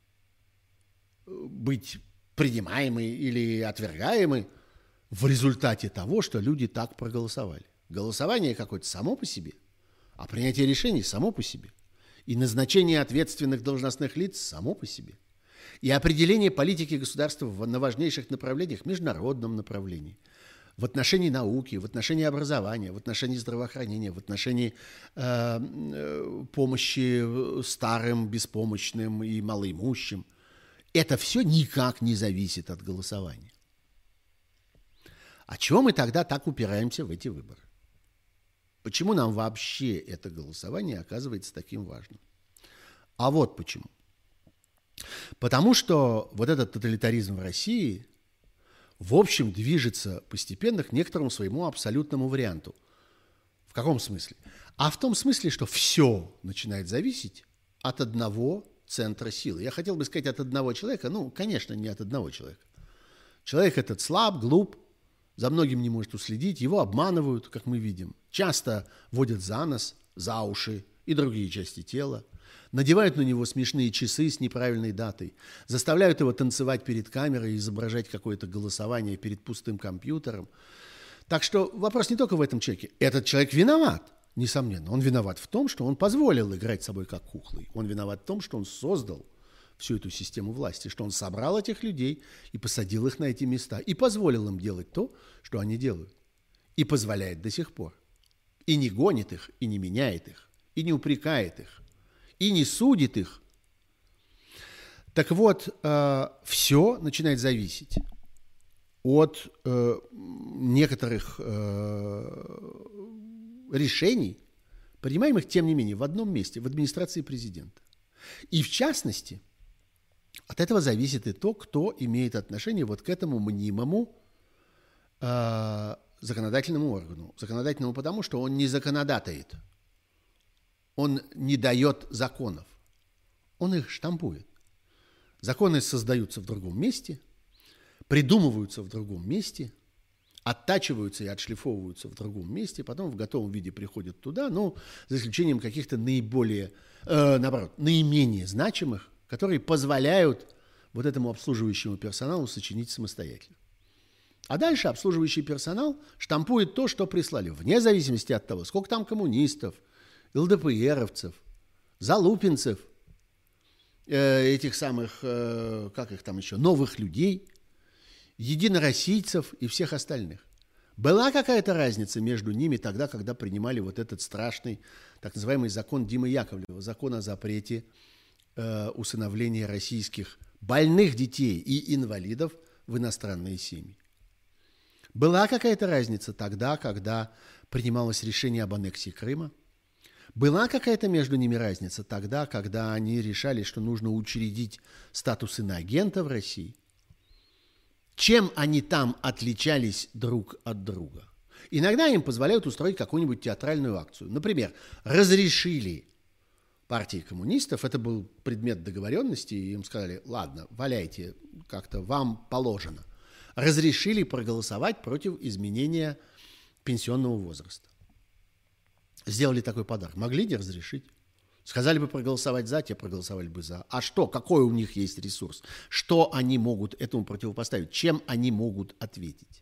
быть принимаемы или отвергаемы в результате того, что люди так проголосовали. Голосование какое-то само по себе, а принятие решений само по себе. И назначение ответственных должностных лиц само по себе. И определение политики государства на важнейших направлениях, международном направлении, в отношении науки, в отношении образования, в отношении здравоохранения, в отношении помощи старым, беспомощным и малоимущим. Это все никак не зависит от голосования. А чего мы тогда так упираемся в эти выборы? Почему нам вообще это голосование оказывается таким важным? А вот почему. Потому что вот этот тоталитаризм в России, в общем, движется постепенно к некоторому своему абсолютному варианту. В каком смысле? А в том смысле, что все начинает зависеть от одного центра силы. Я хотел бы сказать от одного человека, конечно, не от одного человека. Человек этот слаб, глуп, за многим не может уследить, его обманывают, как мы видим. Часто водят за нос, за уши и другие части тела. Надевают на него смешные часы с неправильной датой, заставляют его танцевать перед камерой, изображать какое-то голосование перед пустым компьютером. Так что вопрос не только в этом человеке. Этот человек виноват, несомненно. Он виноват в том, что он позволил играть собой как куклой. Он виноват в том, что он создал всю эту систему власти, что он собрал этих людей и посадил их на эти места, и позволил им делать то, что они делают. И позволяет до сих пор. И не гонит их, и не меняет их, и не упрекает их, и не судит их. Так вот, все начинает зависеть от некоторых решений, принимаемых, тем не менее, в одном месте, в администрации президента. И, в частности, от этого зависит и то, кто имеет отношение вот к этому мнимому законодательному органу. Законодательному потому, что он не законодатает. Он не дает законов. Он их штампует. Законы создаются в другом месте, придумываются в другом месте, оттачиваются и отшлифовываются в другом месте, потом в готовом виде приходят туда, за исключением каких-то наименее значимых, которые позволяют вот этому обслуживающему персоналу сочинить самостоятельно. А дальше обслуживающий персонал штампует то, что прислали, вне зависимости от того, сколько там коммунистов, ЛДПРовцев, залупинцев, этих самых, как их там еще, новых людей, единороссийцев и всех остальных. Была какая-то разница между ними тогда, когда принимали вот этот страшный, так называемый закон Димы Яковлева, закон о запрете усыновления российских больных детей и инвалидов в иностранные семьи. Была какая-то разница тогда, когда принималось решение об аннексии Крыма. Была какая-то между ними разница тогда, когда они решали, что нужно учредить статус иноагента в России. Чем они там отличались друг от друга? Иногда им позволяют устроить какую-нибудь театральную акцию. Например, разрешили партии коммунистов, это был предмет договоренности, и им сказали, ладно, валяйте, как-то вам положено. Разрешили проголосовать против изменения пенсионного возраста. сделали такой подарок. Могли не разрешить. Сказали бы проголосовать за, те проголосовали бы за. А что? Какой у них есть ресурс? Что они могут этому противопоставить? Чем они могут ответить?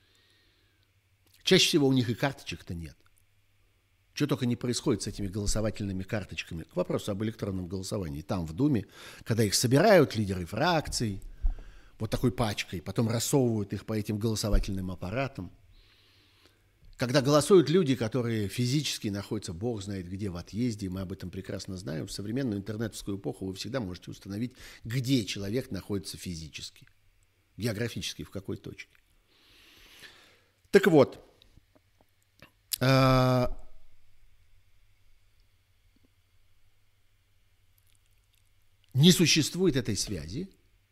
Чаще всего у них и карточек-то нет. Что только не происходит с этими голосовательными карточками. К вопросу об электронном голосовании. Там, в Думе, когда их собирают лидеры фракций, вот такой пачкой, потом рассовывают их по этим голосовательным аппаратам. Когда голосуют люди, которые физически находятся, бог знает где, в отъезде, мы об этом прекрасно знаем, в современную интернетовскую эпоху вы всегда можете установить, где человек находится физически, географически, в какой точке. Так вот, не существует этой связи,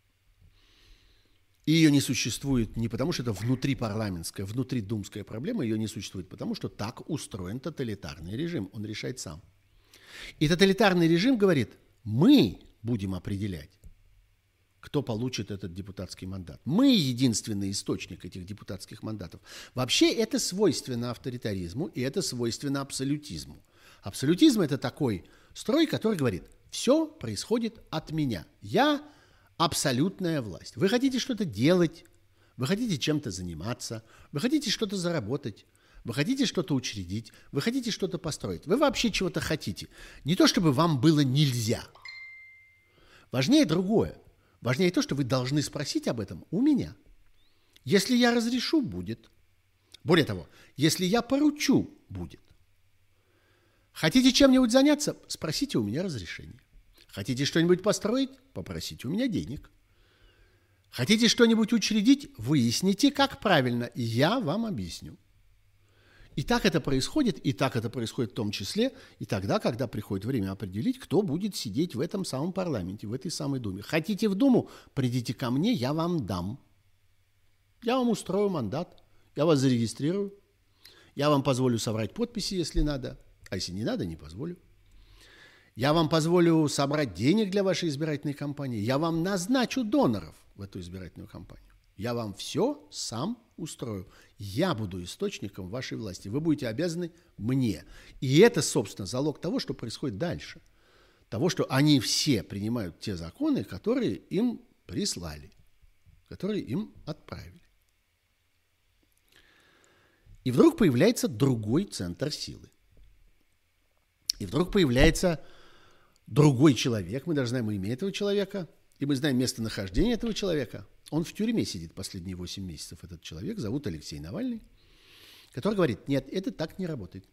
и ее не существует не потому, что это внутрипарламентская, внутридумская проблема, ее не существует, потому что так устроен тоталитарный режим, он решает сам. И тоталитарный режим говорит, мы будем определять, кто получит этот депутатский мандат. Мы единственный источник этих депутатских мандатов. Вообще это свойственно авторитаризму, и это свойственно абсолютизму. Абсолютизм – это такой строй, который говорит, все происходит от меня, я абсолютная власть. Вы хотите что-то делать, вы хотите чем-то заниматься, вы хотите что-то заработать, вы хотите что-то учредить, вы хотите что-то построить. Вы вообще чего-то хотите. Не то, чтобы вам было нельзя. Важнее другое. Важнее то, что вы должны спросить об этом у меня. Если я разрешу, будет. Более того, если я поручу, будет. Хотите чем-нибудь заняться? Спросите у меня разрешение. Хотите что-нибудь построить? Попросите у меня денег. Хотите что-нибудь учредить? Выясните, как правильно, и я вам объясню. И так это происходит в том числе и тогда, когда приходит время определить, кто будет сидеть в этом самом парламенте, в этой самой Думе. Хотите в Думу? Придите ко мне, я вам дам. Я вам устрою мандат, я вас зарегистрирую, я вам позволю собрать подписи, если надо, а если не надо, не позволю. Я вам позволю собрать денег для вашей избирательной кампании. Я вам назначу доноров в эту избирательную кампанию. Я вам все сам устрою. Я буду источником вашей власти. Вы будете обязаны мне. И это, собственно, залог того, что происходит дальше. Того, что они все принимают те законы, которые им прислали, которые им отправили. И вдруг появляется другой центр силы. И вдруг появляется другой человек, мы даже знаем имя этого человека, и мы знаем местонахождение этого человека. Он в тюрьме сидит последние 8 месяцев, этот человек, зовут Алексей Навальный, который говорит, нет, это так не работает.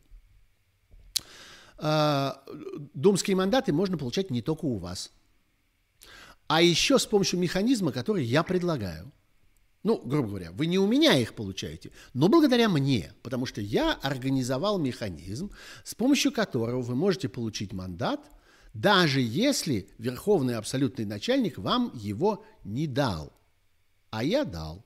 Думские мандаты можно получать не только у вас, а еще с помощью механизма, который я предлагаю. Ну, грубо говоря, вы не у меня их получаете, но благодаря мне, потому что я организовал механизм, с помощью которого вы можете получить мандат, даже если верховный абсолютный начальник вам его не дал, а я дал.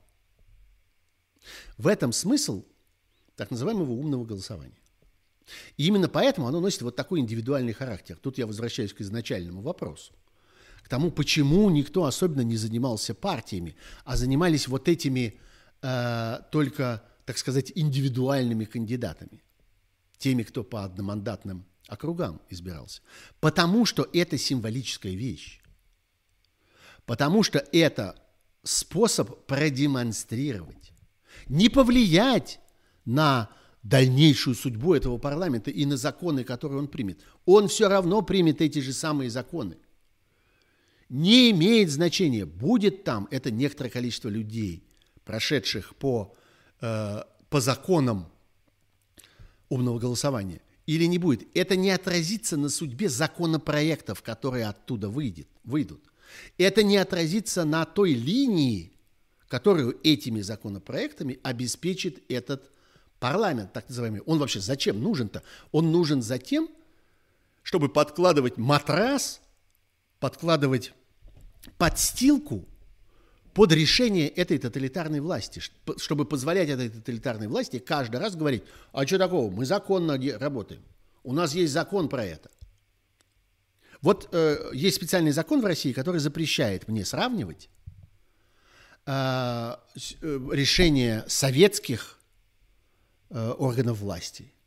В этом смысл так называемого умного голосования. И именно поэтому оно носит вот такой индивидуальный характер. Тут я возвращаюсь к изначальному вопросу. К тому, почему никто особенно не занимался партиями, а занимались вот этими только, так сказать, индивидуальными кандидатами. Теми, кто по одномандатным округам избирался. Потому что это символическая вещь. Потому что это способ продемонстрировать. Не повлиять на дальнейшую судьбу этого парламента и на законы, которые он примет. Он все равно примет эти же самые законы. Не имеет значения, будет там это некоторое количество людей, прошедших по законам умного голосования, или не будет. Это не отразится на судьбе законопроектов, которые оттуда выйдут. Это не отразится на той линии, которую этими законопроектами обеспечит этот парламент, так называемый. Он вообще зачем нужен-то? Он нужен за тем, чтобы подкладывать матрас, подкладывать подстилку под решение этой тоталитарной власти, чтобы позволять этой тоталитарной власти каждый раз говорить, а что такого, мы законно работаем, у нас есть закон про это. Вот есть специальный закон в России, который запрещает мне сравнивать решения советских органов власти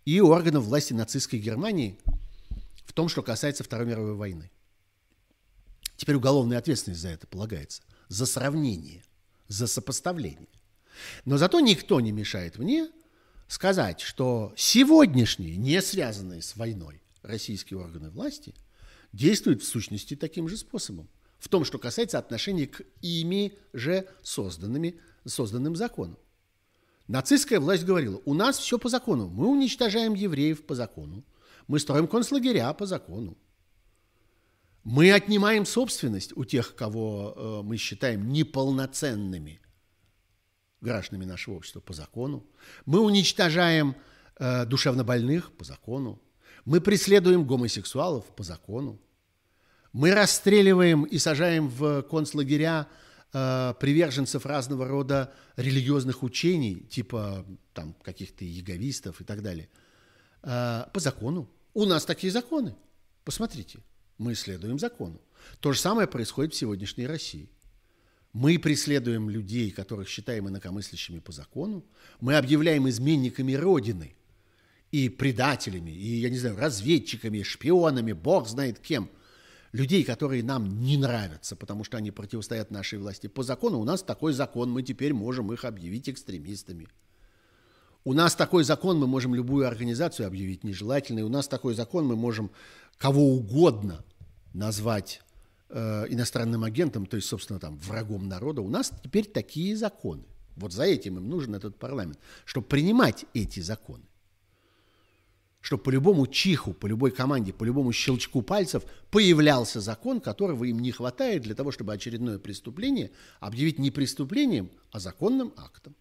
и органов власти нацистской Германии в том, что касается Второй мировой войны. Теперь уголовная ответственность за это полагается, за сравнение, за сопоставление. Но зато никто не мешает мне сказать, что сегодняшние, не связанные с войной, российские органы власти действуют в сущности таким же способом, в том, что касается отношений к ими же созданным законам. Нацистская власть говорила, у нас все по закону, мы уничтожаем евреев по закону, мы строим концлагеря по закону, мы отнимаем собственность у тех, кого мы считаем неполноценными гражданами нашего общества по закону, мы уничтожаем душевнобольных по закону, мы преследуем гомосексуалов по закону, мы расстреливаем и сажаем в концлагеря приверженцев разного рода религиозных учений, типа там, каких-то яговистов и так далее, по закону. У нас такие законы. Посмотрите, мы следуем закону. То же самое происходит в сегодняшней России. Мы преследуем людей, которых считаем инакомыслящими по закону, мы объявляем изменниками Родины и предателями, и, я не знаю, разведчиками, шпионами, бог знает кем, людей, которые нам не нравятся, потому что они противостоят нашей власти. По закону у нас такой закон, мы теперь можем их объявить экстремистами. У нас такой закон, мы можем любую организацию объявить нежелательной. У нас такой закон, мы можем кого угодно назвать иностранным агентом, то есть, собственно, там, врагом народа. У нас теперь такие законы. Вот за этим им нужен этот парламент, чтобы принимать эти законы. Чтобы по любому чиху, по любой команде, по любому щелчку пальцев появлялся закон, которого им не хватает для того, чтобы очередное преступление объявить не преступлением, а законным актом.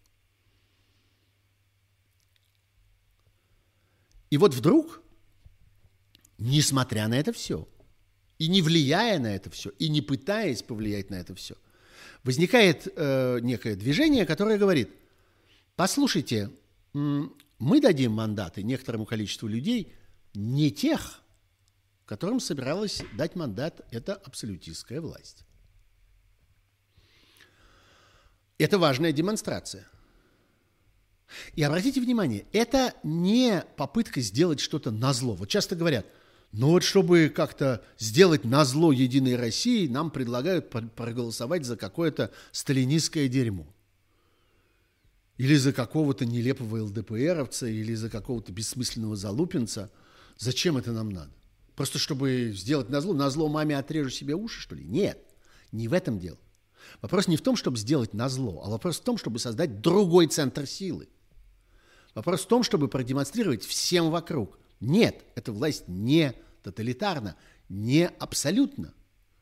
И вот вдруг, несмотря на это все, и не влияя на это все, и не пытаясь повлиять на это все, возникает некое движение, которое говорит, послушайте, мы дадим мандаты некоторому количеству людей, не тех, которым собиралась дать мандат эта абсолютистская власть. Это важная демонстрация. И обратите внимание, это не попытка сделать что-то назло. Вот часто говорят, ну вот чтобы как-то сделать назло Единой России, нам предлагают проголосовать за какое-то сталинистское дерьмо. Или за какого-то нелепого ЛДПРовца, или за какого-то бессмысленного залупинца. Зачем это нам надо? Просто чтобы сделать назло? Назло маме отрежу себе уши, что ли? Нет, не в этом дело. Вопрос не в том, чтобы сделать назло, а вопрос в том, чтобы создать другой центр силы. Вопрос в том, чтобы продемонстрировать всем вокруг. Нет, эта власть не тоталитарна, не абсолютно.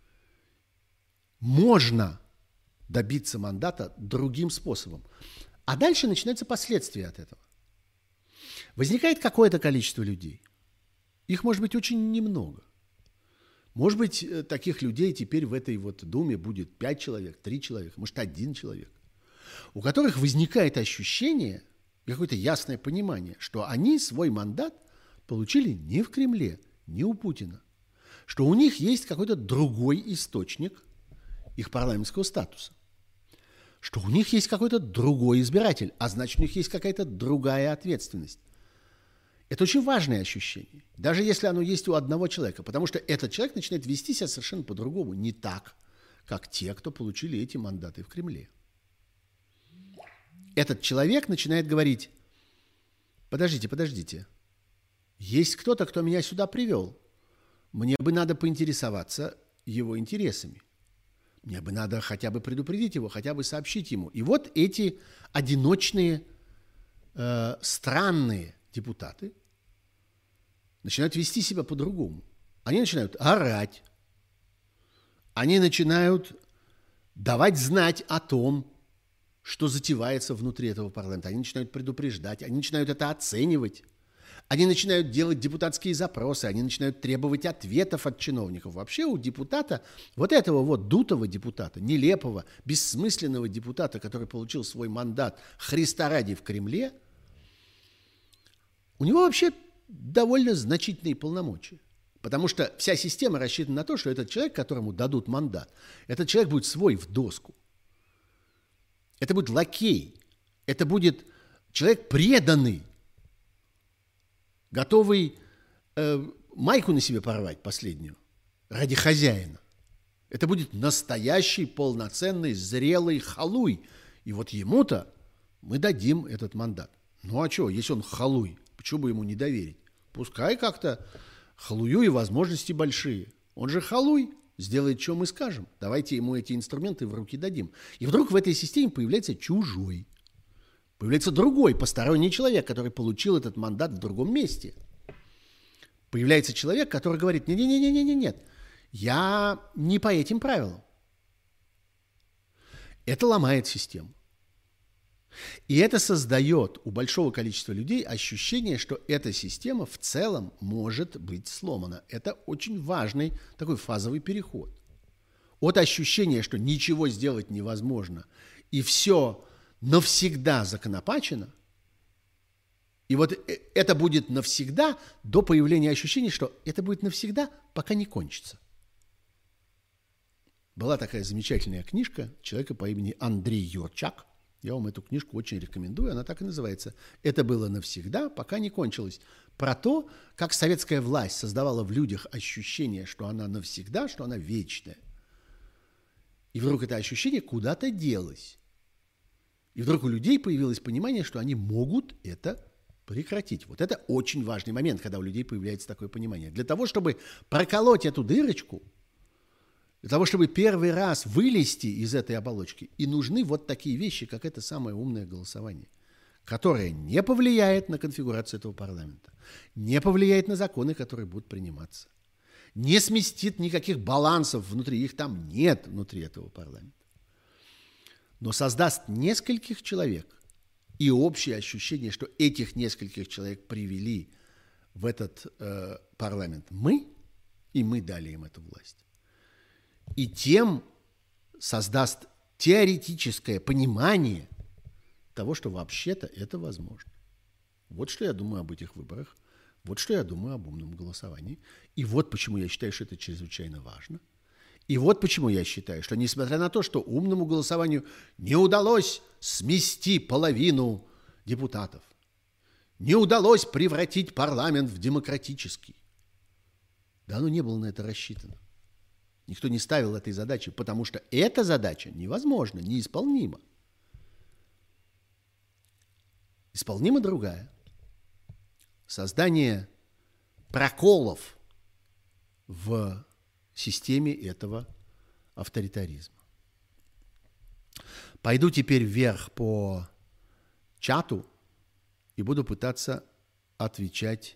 Можно добиться мандата другим способом. А дальше начинаются последствия от этого. Возникает какое-то количество людей. Их может быть очень немного. Может быть, таких людей теперь в этой вот Думе будет 5 человек, 3 человека, может, 1 человек, у которых возникает ощущение, какое-то ясное понимание, что они свой мандат получили не в Кремле, не у Путина, что у них есть какой-то другой источник их парламентского статуса, что у них есть какой-то другой избиратель, а значит, у них есть какая-то другая ответственность. Это очень важное ощущение, даже если оно есть у одного человека, потому что этот человек начинает вести себя совершенно по-другому, не так, как те, кто получили эти мандаты в Кремле. Этот человек начинает говорить, подождите, есть кто-то, кто меня сюда привел, мне бы надо поинтересоваться его интересами. Мне бы надо хотя бы предупредить его, хотя бы сообщить ему. И вот эти одиночные, странные депутаты начинают вести себя по-другому. Они начинают орать. Они начинают давать знать о том, что затевается внутри этого парламента. Они начинают предупреждать, они начинают это оценивать. Они начинают делать депутатские запросы, они начинают требовать ответов от чиновников. Вообще у депутата, вот этого вот дутого депутата, нелепого, бессмысленного депутата, который получил свой мандат Христа ради в Кремле, у него вообще довольно значительные полномочия. Потому что вся система рассчитана на то, что этот человек, которому дадут мандат, этот человек будет свой в доску. Это будет лакей, это будет человек преданный готовый майку на себе порвать последнюю ради хозяина. Это будет настоящий, полноценный, зрелый халуй. И вот ему-то мы дадим этот мандат. Ну а что, если он халуй, почему бы ему не доверить? Пускай как-то халую и возможности большие. Он же халуй, сделает, что мы скажем. Давайте ему эти инструменты в руки дадим. И вдруг в этой системе появляется чужой. Появляется другой, посторонний человек, который получил этот мандат в другом месте. Появляется человек, который говорит: нет, я не по этим правилам. Это ломает систему. И это создает у большого количества людей ощущение, что эта система в целом может быть сломана. Это очень важный такой фазовый переход. От ощущения, что ничего сделать невозможно, и все навсегда законопачено, и вот это будет навсегда, до появления ощущения, что это будет навсегда, пока не кончится. Была такая замечательная книжка человека по имени Андрей Юрчак. Я вам эту книжку очень рекомендую, она так и называется «Это было навсегда, пока не кончилось». Про то, как советская власть создавала в людях ощущение, что она навсегда, что она вечная. И вдруг это ощущение куда-то делось. И вдруг у людей появилось понимание, что они могут это прекратить. Вот это очень важный момент, когда у людей появляется такое понимание. Для того, чтобы проколоть эту дырочку, для того, чтобы первый раз вылезти из этой оболочки, и нужны вот такие вещи, как это самое умное голосование, которое не повлияет на конфигурацию этого парламента, не повлияет на законы, которые будут приниматься, не сместит никаких балансов внутри, их там нет внутри этого парламента, но создаст нескольких человек и общее ощущение, что этих нескольких человек привели в этот парламент мы, и мы дали им эту власть. И тем создаст теоретическое понимание того, что вообще-то это возможно. Вот что я думаю об этих выборах, вот что я думаю об умном голосовании. И вот почему я считаю, что это чрезвычайно важно. И вот почему я считаю, что несмотря на то, что умному голосованию не удалось смести половину депутатов, не удалось превратить парламент в демократический, да оно не было на это рассчитано. Никто не ставил этой задачи, потому что эта задача невозможна, неисполнима. Исполнима другая. Создание проколов в системе этого авторитаризма. Пойду теперь вверх по чату и буду пытаться отвечать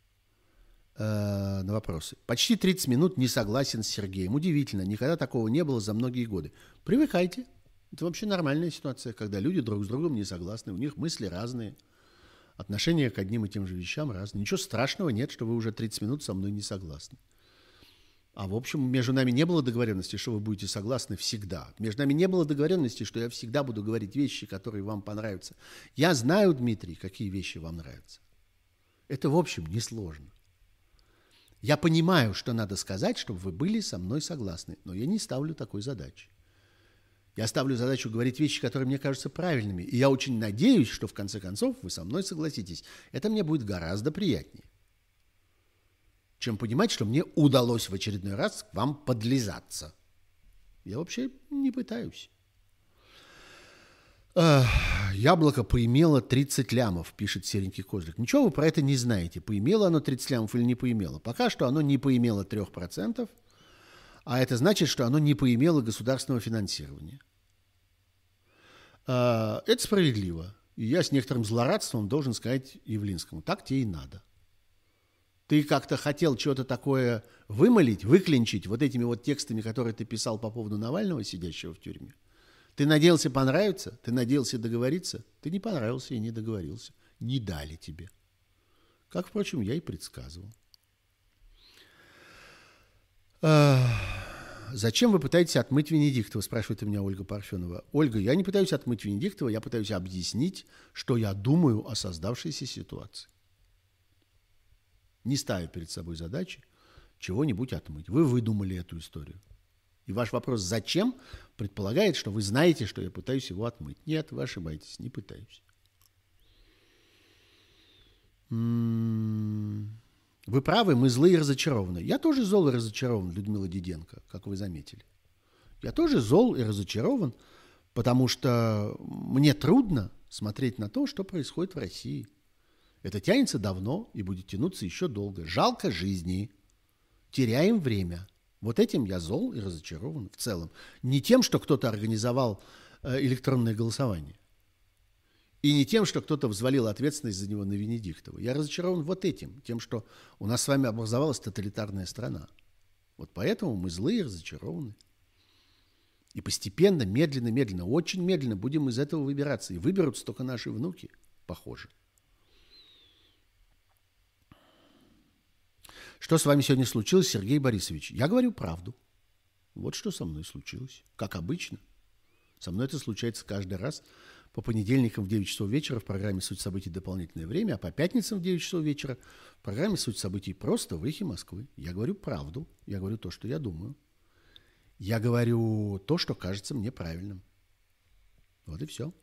на вопросы. Почти 30 минут не согласен с Сергеем. Удивительно, никогда такого не было за многие годы. Привыкайте. Это вообще нормальная ситуация, когда люди друг с другом не согласны, у них мысли разные, отношения к одним и тем же вещам разные. Ничего страшного нет, что вы уже 30 минут со мной не согласны. А в общем, между нами не было договоренности, что вы будете согласны всегда. Между нами не было договоренности, что я всегда буду говорить вещи, которые вам понравятся. Я знаю, Дмитрий, какие вещи вам нравятся. Это, в общем, несложно. Я понимаю, что надо сказать, чтобы вы были со мной согласны, но я не ставлю такой задачи. Я ставлю задачу говорить вещи, которые мне кажутся правильными, и я очень надеюсь, что в конце концов вы со мной согласитесь. Это мне будет гораздо приятнее, чем понимать, что мне удалось в очередной раз к вам подлизаться. Я вообще не пытаюсь. Яблоко поимело 30 лямов, пишет серенький козлик. Ничего вы про это не знаете, поимело оно 30 лямов или не поимело. Пока что оно не поимело 3%, а это значит, что оно не поимело государственного финансирования. Это справедливо. И я с некоторым злорадством должен сказать Явлинскому, так тебе и надо. Ты как-то хотел что-то такое вымолить, выклинчить вот этими вот текстами, которые ты писал по поводу Навального, сидящего в тюрьме. Ты надеялся понравиться? Ты надеялся договориться? Ты не понравился и не договорился. Не дали тебе. Как, впрочем, я и предсказывал. Зачем вы пытаетесь отмыть Венедиктова, спрашивает у меня Ольга Парфенова. Ольга, я не пытаюсь отмыть Венедиктова, я пытаюсь объяснить, что я думаю о создавшейся ситуации. Не ставя перед собой задачи чего-нибудь отмыть. Вы выдумали эту историю. И ваш вопрос «зачем?» предполагает, что вы знаете, что я пытаюсь его отмыть. Нет, вы ошибаетесь, не пытаюсь. Вы правы, мы злые и разочарованы. Я тоже зол и разочарован, Людмила Диденко, как вы заметили. Я тоже зол и разочарован, потому что мне трудно смотреть на то, что происходит в России. Это тянется давно и будет тянуться еще долго. Жалко жизни. Теряем время. Вот этим я зол и разочарован в целом. Не тем, что кто-то организовал электронное голосование. И не тем, что кто-то взвалил ответственность за него на Венедиктову. Я разочарован вот этим. Тем, что у нас с вами образовалась тоталитарная страна. Вот поэтому мы злые и разочарованы. И постепенно, медленно, очень медленно будем из этого выбираться. И выберутся только наши внуки, похоже. Что с вами сегодня случилось, Сергей Борисович? Я говорю правду. Вот что со мной случилось. Как обычно. Со мной это случается каждый раз. По понедельникам в 9 часов вечера в программе «Суть событий. Дополнительное время», а по пятницам в 9 часов вечера в программе «Суть событий. Просто» в «Эхе Москвы». Я говорю правду. Я говорю то, что я думаю. Я говорю то, что кажется мне правильным. Вот и все.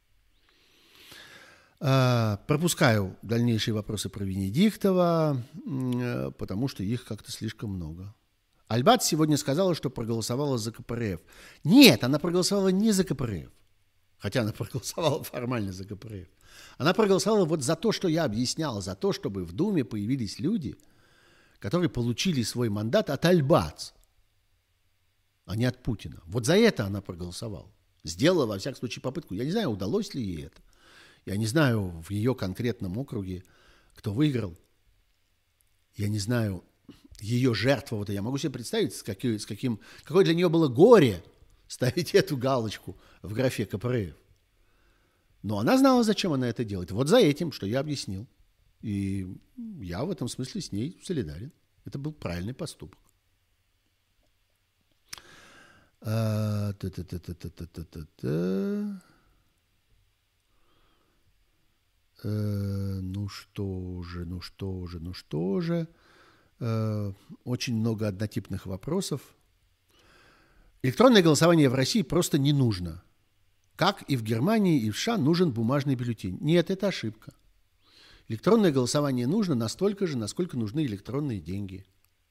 Пропускаю дальнейшие вопросы про Венедиктова, потому что их как-то слишком много. Альбат сегодня сказала, что проголосовала за КПРФ. Нет, она проголосовала не за КПРФ. Хотя она проголосовала формально за КПРФ. Она проголосовала вот за то, что я объяснял, за то, чтобы в Думе появились люди, которые получили свой мандат от Альбац, а не от Путина. Вот за это она проголосовала. Сделала, во всяком случае, попытку. Я не знаю, удалось ли ей это. Я не знаю в ее конкретном округе, кто выиграл. Я не знаю ее жертву. Вот я могу себе представить, какое для нее было горе ставить эту галочку в графе КПРФ. Но она знала, зачем она это делает. Вот за этим, что я объяснил. И я в этом смысле с ней солидарен. Это был правильный поступок. Ну что же. Очень много однотипных вопросов. Электронное голосование в России просто не нужно. Как и в Германии, и в США нужен бумажный бюллетень. Нет, это ошибка. Электронное голосование нужно настолько же, насколько нужны электронные деньги.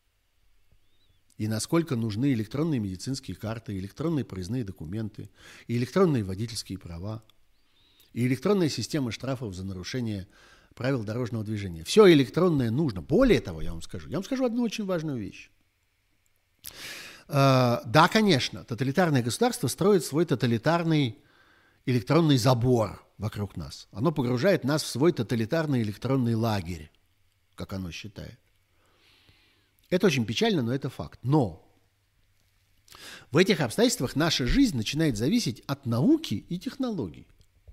И насколько нужны электронные медицинские карты, электронные проездные документы, и электронные водительские права, и электронная система штрафов за нарушение правил дорожного движения. Все электронное нужно. Более того, я вам скажу одну очень важную вещь. Да, конечно, тоталитарное государство строит свой тоталитарный электронный забор вокруг нас. Оно погружает нас в свой тоталитарный электронный лагерь, как оно считает. Это очень печально, но это факт. Но в этих обстоятельствах наша жизнь начинает зависеть от науки и технологий.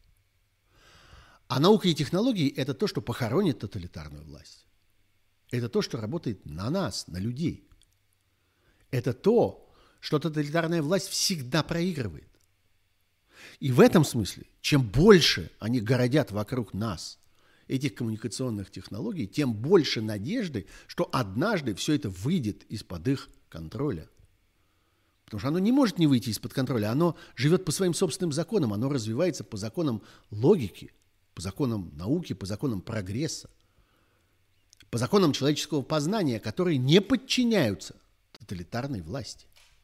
А наука и технологии – это то, что похоронит тоталитарную власть. Это то, что работает на нас, на людей. Это то, что тоталитарная власть всегда проигрывает. И в этом смысле, чем больше они городят вокруг нас этих коммуникационных технологий, тем больше надежды, что однажды все это выйдет из-под их контроля. Потому что оно не может не выйти из-под контроля. Оно живет по своим собственным законам, оно развивается по законам логики, по законам науки, по законам прогресса, по законам человеческого познания, которые не подчиняются тоталитарной власти.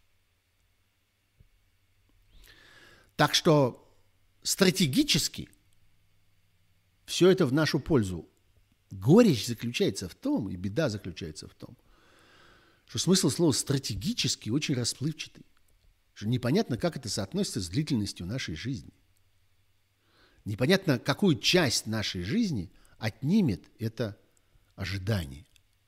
Так что стратегически все это в нашу пользу. Горечь заключается в том, и беда заключается в том, что смысл слова «стратегически» очень расплывчатый. Что непонятно, как это соотносится с длительностью нашей жизни. Непонятно, какую часть нашей жизни отнимет это ожидание.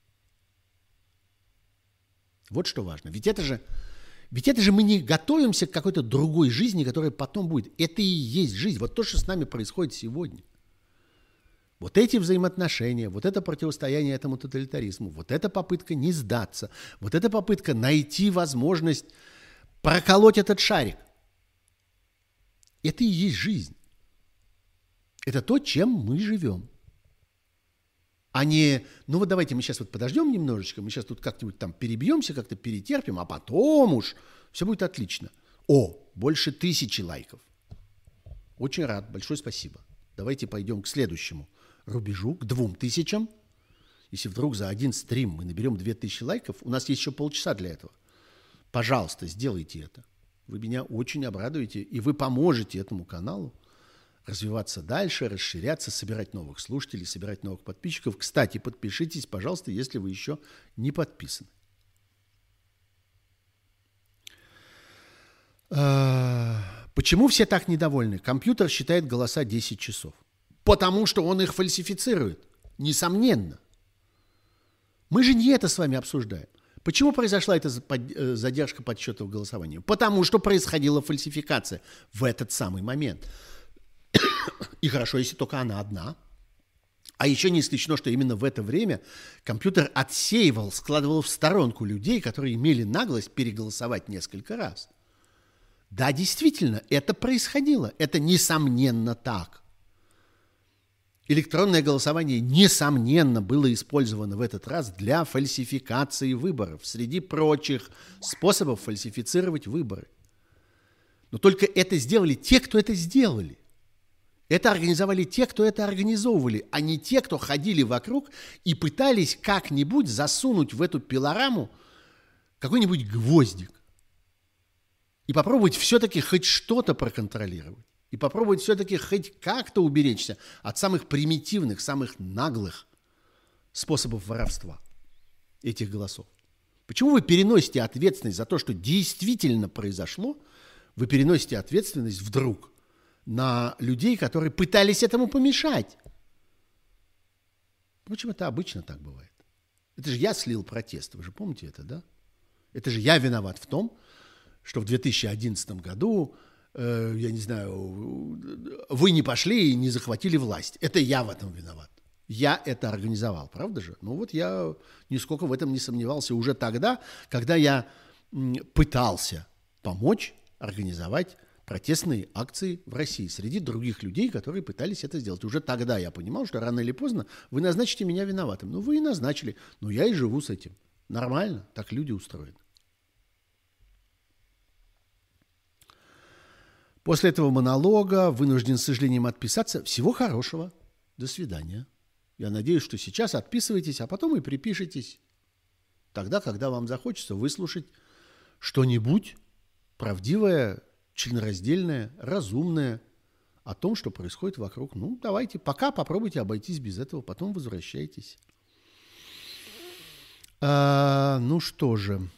Вот что важно. Ведь это же мы не готовимся к какой-то другой жизни, которая потом будет. Это и есть жизнь. Вот то, что с нами происходит сегодня. Вот эти взаимоотношения, вот это противостояние этому тоталитаризму, вот эта попытка не сдаться, вот эта попытка найти возможность проколоть этот шарик. Это и есть жизнь. Это то, чем мы живем. А не, ну вот давайте мы сейчас вот подождем немножечко, мы сейчас тут как-нибудь там перебьемся, как-то перетерпим, а потом уж все будет отлично. О, больше 1000 лайков. Очень рад, большое спасибо. Давайте пойдем к следующему рубежу, к 2000. Если вдруг за один стрим мы наберем 2000 лайков, у нас есть еще полчаса для этого. Пожалуйста, сделайте это. Вы меня очень обрадуете, и вы поможете этому каналу развиваться дальше, расширяться, собирать новых слушателей, собирать новых подписчиков. Кстати, подпишитесь, пожалуйста, если вы еще не подписаны. Почему все так недовольны? Компьютер считает голоса 10 часов. Потому что он их фальсифицирует. Несомненно. Мы же не это с вами обсуждаем. Почему произошла эта задержка подсчетов голосования? Потому что происходила фальсификация в этот самый момент. И хорошо, если только она одна. А еще не исключено, что именно в это время компьютер отсеивал, складывал в сторонку людей, которые имели наглость переголосовать несколько раз. Да, действительно, это происходило. Это несомненно так. Электронное голосование, несомненно, было использовано в этот раз для фальсификации выборов, среди прочих способов фальсифицировать выборы. Но только это сделали те, кто это сделали. Это организовали те, кто это организовывали, а не те, кто ходили вокруг и пытались как-нибудь засунуть в эту пилораму какой-нибудь гвоздик. И попробовать все-таки хоть что-то проконтролировать. И попробовать все-таки хоть как-то уберечься от самых примитивных, самых наглых способов воровства этих голосов. Почему вы переносите ответственность за то, что действительно произошло, вы переносите ответственность вдруг на людей, которые пытались этому помешать? Впрочем, это обычно так бывает. Это же я слил протест, вы же помните это, да? Это же я виноват в том, что в 2011 году, я не знаю, вы не пошли и не захватили власть. Это я в этом виноват. Я это организовал, правда же? Ну вот я нисколько в этом не сомневался уже тогда, когда я пытался помочь организовать протестные акции в России среди других людей, которые пытались это сделать. Уже тогда я понимал, что рано или поздно вы назначите меня виноватым. Ну вы и назначили. Но я и живу с этим. Нормально, так люди устроены. После этого монолога вынужден с сожалением отписаться. Всего хорошего. До свидания. Я надеюсь, что сейчас отписываетесь, а потом и припишетесь. Тогда, когда вам захочется выслушать что-нибудь правдивое, членораздельное, разумное о том, что происходит вокруг. Ну, давайте, пока попробуйте обойтись без этого, потом возвращайтесь. Ну что же...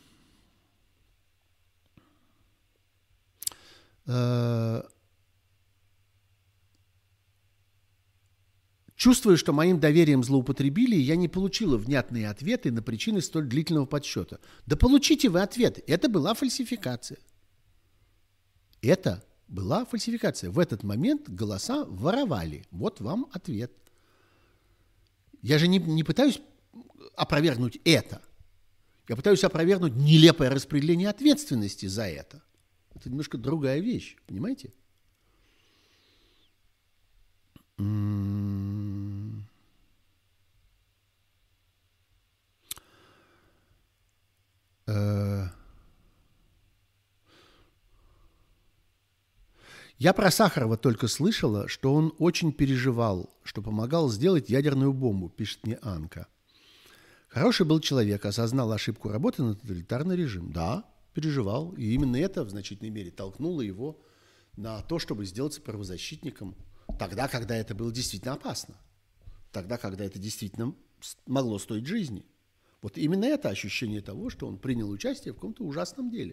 Чувствую, что моим доверием злоупотребили, и я не получила внятные ответы на причины столь длительного подсчета. Да получите вы ответы. Это была фальсификация. Это была фальсификация. В этот момент голоса воровали. Вот вам ответ. Я же не пытаюсь опровергнуть это. Я пытаюсь опровергнуть нелепое распределение ответственности за это. Это немножко другая вещь, понимаете? Я про Сахарова только слышала, что он очень переживал, что помогал сделать ядерную бомбу, пишет мне Анка. Хороший был человек, осознал ошибку работы на тоталитарный режим. Да, переживал. И именно это в значительной мере толкнуло его на то, чтобы сделаться правозащитником тогда, когда это было действительно опасно. Тогда, когда это действительно могло стоить жизни. Вот именно это ощущение того, что он принял участие в каком-то ужасном деле.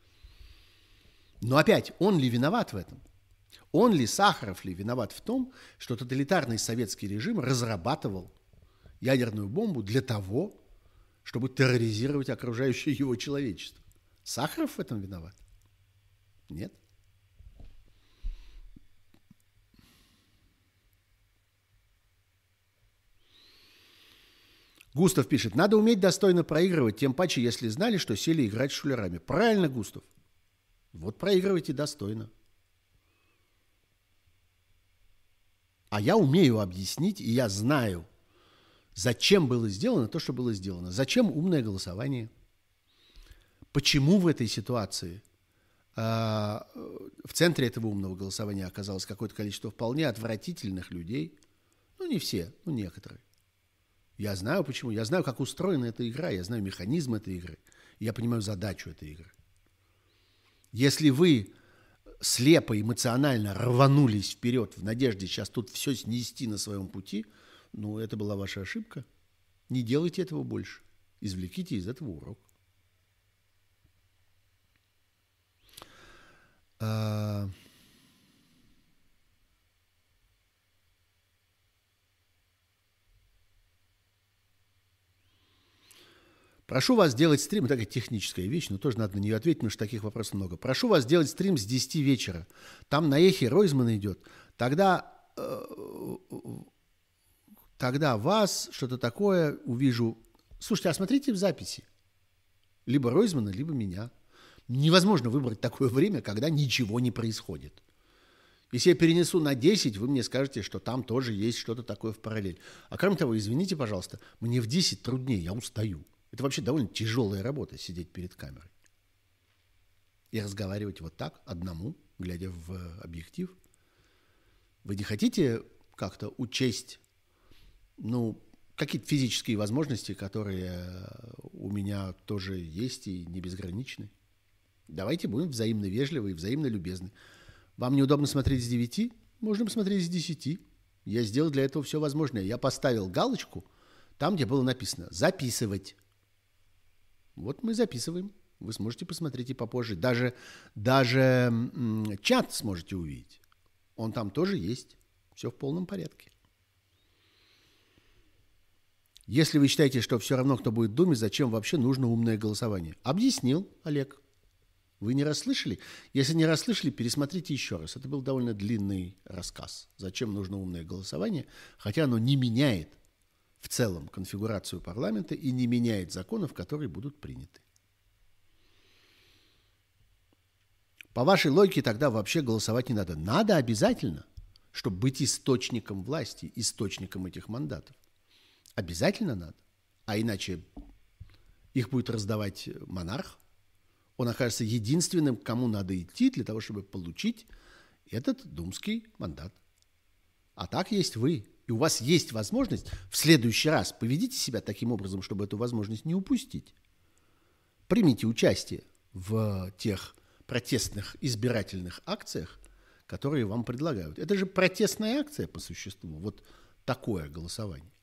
Но опять, он ли виноват в этом? Он ли, Сахаров ли, виноват в том, что тоталитарный советский режим разрабатывал ядерную бомбу для того, чтобы терроризировать окружающее его человечество? Сахаров в этом виноват? Нет. Густав пишет, надо уметь достойно проигрывать, тем паче, если знали, что сели играть с шулерами. Правильно, Густав. Вот проигрывайте достойно. А я умею объяснить, и я знаю, зачем было сделано то, что было сделано. Зачем умное голосование? Почему в этой ситуации в центре этого умного голосования оказалось какое-то количество вполне отвратительных людей, ну, не все, но некоторые. Я знаю почему. Я знаю, как устроена эта игра. Я знаю механизм этой игры. Я понимаю задачу этой игры. Если вы слепо, эмоционально рванулись вперед в надежде сейчас тут все снести на своем пути, ну, это была ваша ошибка. Не делайте этого больше. Извлеките из этого урок. Прошу вас сделать стрим, такая техническая вещь, но тоже надо на нее ответить, потому что таких вопросов много. Прошу вас сделать стрим с 10 вечера. Там на эхе Ройзмана идет. Тогда вас что-то такое увижу. Слушайте, а смотрите в записи. Либо Ройзмана, либо меня. Невозможно выбрать такое время, когда ничего не происходит. Если я перенесу на 10, вы мне скажете, что там тоже есть что-то такое в параллель. А кроме того, извините, пожалуйста, мне в 10 труднее, я устаю. Это вообще довольно тяжелая работа, сидеть перед камерой. И разговаривать вот так, одному, глядя в объектив. Вы не хотите как-то учесть, какие-то физические возможности, которые у меня тоже есть и не безграничны? Давайте будем взаимно вежливы и взаимно любезны. Вам неудобно смотреть с 9? Можно посмотреть с 10. Я сделал для этого все возможное. Я поставил галочку там, где было написано «Записывать». Вот мы записываем. Вы сможете посмотреть и попозже. Даже чат сможете увидеть. Он там тоже есть. Все в полном порядке. Если вы считаете, что все равно, кто будет в Думе, зачем вообще нужно умное голосование? Объяснил Олег. Вы не расслышали? Если не расслышали, пересмотрите еще раз. Это был довольно длинный рассказ. Зачем нужно умное голосование, хотя оно не меняет в целом конфигурацию парламента и не меняет законов, которые будут приняты. По вашей логике тогда вообще голосовать не надо. Надо обязательно, чтобы быть источником власти, источником этих мандатов. Обязательно надо. А иначе их будет раздавать монарх. Он окажется единственным, к кому надо идти для того, чтобы получить этот думский мандат. А так есть вы. И у вас есть возможность в следующий раз поведите себя таким образом, чтобы эту возможность не упустить. Примите участие в тех протестных избирательных акциях, которые вам предлагают. Это же протестная акция по существу. Вот такое голосование.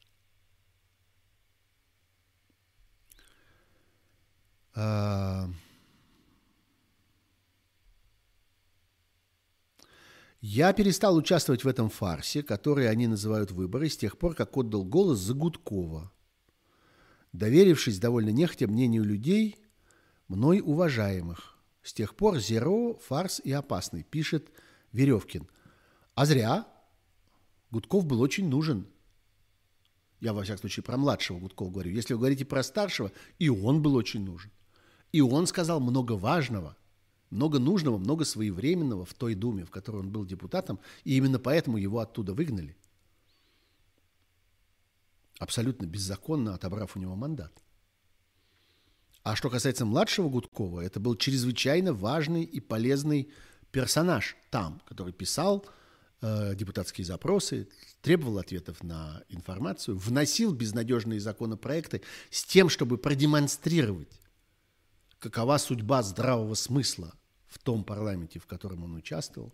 Я перестал участвовать в этом фарсе, который они называют выборы, с тех пор, как отдал голос за Гудкова, доверившись довольно нехотя мнению людей, мной уважаемых. С тех пор зеро, фарс и опасный, пишет Веревкин. А зря. Гудков был очень нужен. Я, во всяком случае, про младшего Гудкова говорю. Если вы говорите про старшего, и он был очень нужен. И он сказал много важного, много нужного, много своевременного в той Думе, в которой он был депутатом, и именно поэтому его оттуда выгнали. Абсолютно беззаконно отобрав у него мандат. А что касается младшего Гудкова, это был чрезвычайно важный и полезный персонаж там, который писал депутатские запросы, требовал ответов на информацию, вносил безнадежные законопроекты с тем, чтобы продемонстрировать, какова судьба здравого смысла в том парламенте, в котором он участвовал,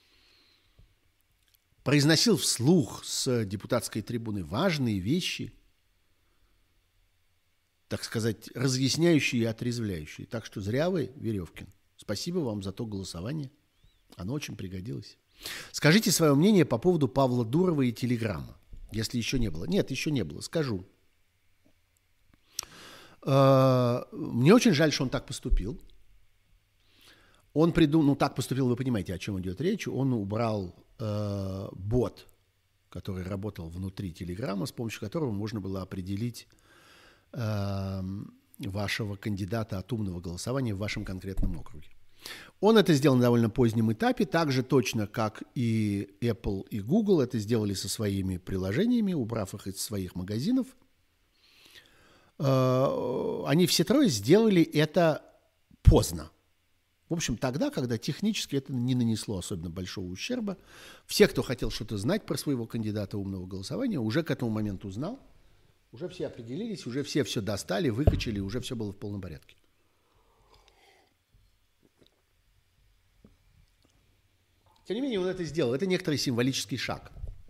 произносил вслух с депутатской трибуны важные вещи, так сказать, разъясняющие и отрезвляющие. Так что зря вы, Веревкин. Спасибо вам за то голосование. Оно очень пригодилось. Скажите свое мнение по поводу Павла Дурова и Телеграма, если еще не было. Нет, еще не было. Скажу. Мне очень жаль, что он так поступил. Он придумал, так поступил, вы понимаете, о чем идет речь. Он убрал бот, который работал внутри Телеграма, с помощью которого можно было определить вашего кандидата от умного голосования в вашем конкретном округе. Он это сделал на довольно позднем этапе, так же точно, как и Apple и Google это сделали со своими приложениями, убрав их из своих магазинов. Они все трое сделали это поздно. В общем, тогда, когда технически это не нанесло особенно большого ущерба, все, кто хотел что-то знать про своего кандидата умного голосования, уже к этому моменту узнал, уже все определились, уже все достали, выкачали, уже все было в полном порядке. Тем не менее, он это сделал. Это некоторый символический шаг.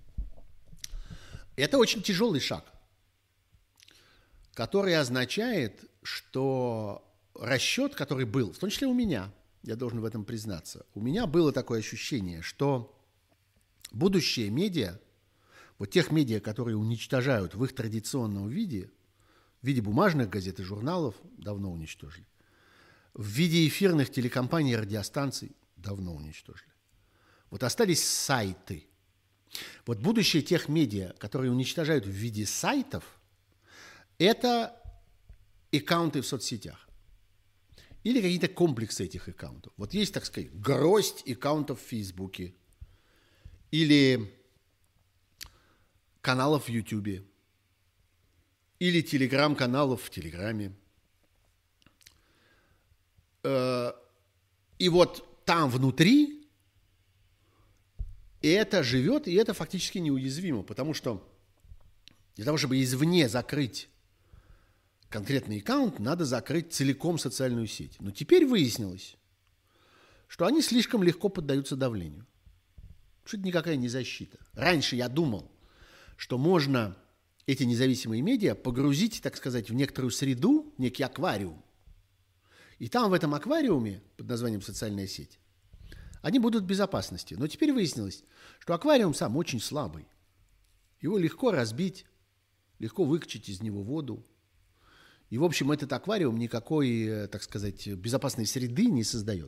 Это очень тяжелый шаг, который означает, что расчет, который был, в том числе у меня, я должен в этом признаться, у меня было такое ощущение, что будущее медиа, вот тех медиа, которые уничтожают в их традиционном виде, в виде бумажных газет и журналов, давно уничтожили, в виде эфирных телекомпаний и радиостанций, давно уничтожили. Вот остались сайты. Вот будущее тех медиа, которые уничтожают в виде сайтов, это аккаунты в соцсетях. Или какие-то комплексы этих аккаунтов. Вот есть, так сказать, гроздь аккаунтов в Фейсбуке. Или каналов в Ютубе. Или телеграм-каналов в Телеграме. И вот там внутри это живет, и это фактически неуязвимо. Потому что для того, чтобы извне закрыть конкретный аккаунт, надо закрыть целиком социальную сеть. Но теперь выяснилось, что они слишком легко поддаются давлению. Что это никакая не защита. Раньше я думал, что можно эти независимые медиа погрузить, так сказать, в некоторую среду, некий аквариум. И там в этом аквариуме, под названием социальная сеть, они будут в безопасности. Но теперь выяснилось, что аквариум сам очень слабый. Его легко разбить, легко выкачать из него воду. И, в общем, этот аквариум никакой, так сказать, безопасной среды не создает.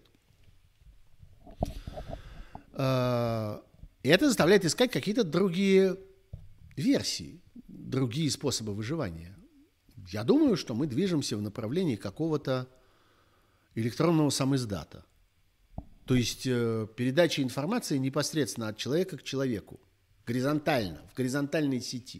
И это заставляет искать какие-то другие версии, другие способы выживания. Я думаю, что мы движемся в направлении какого-то электронного самиздата. То есть передача информации непосредственно от человека к человеку, горизонтально, в горизонтальной сети.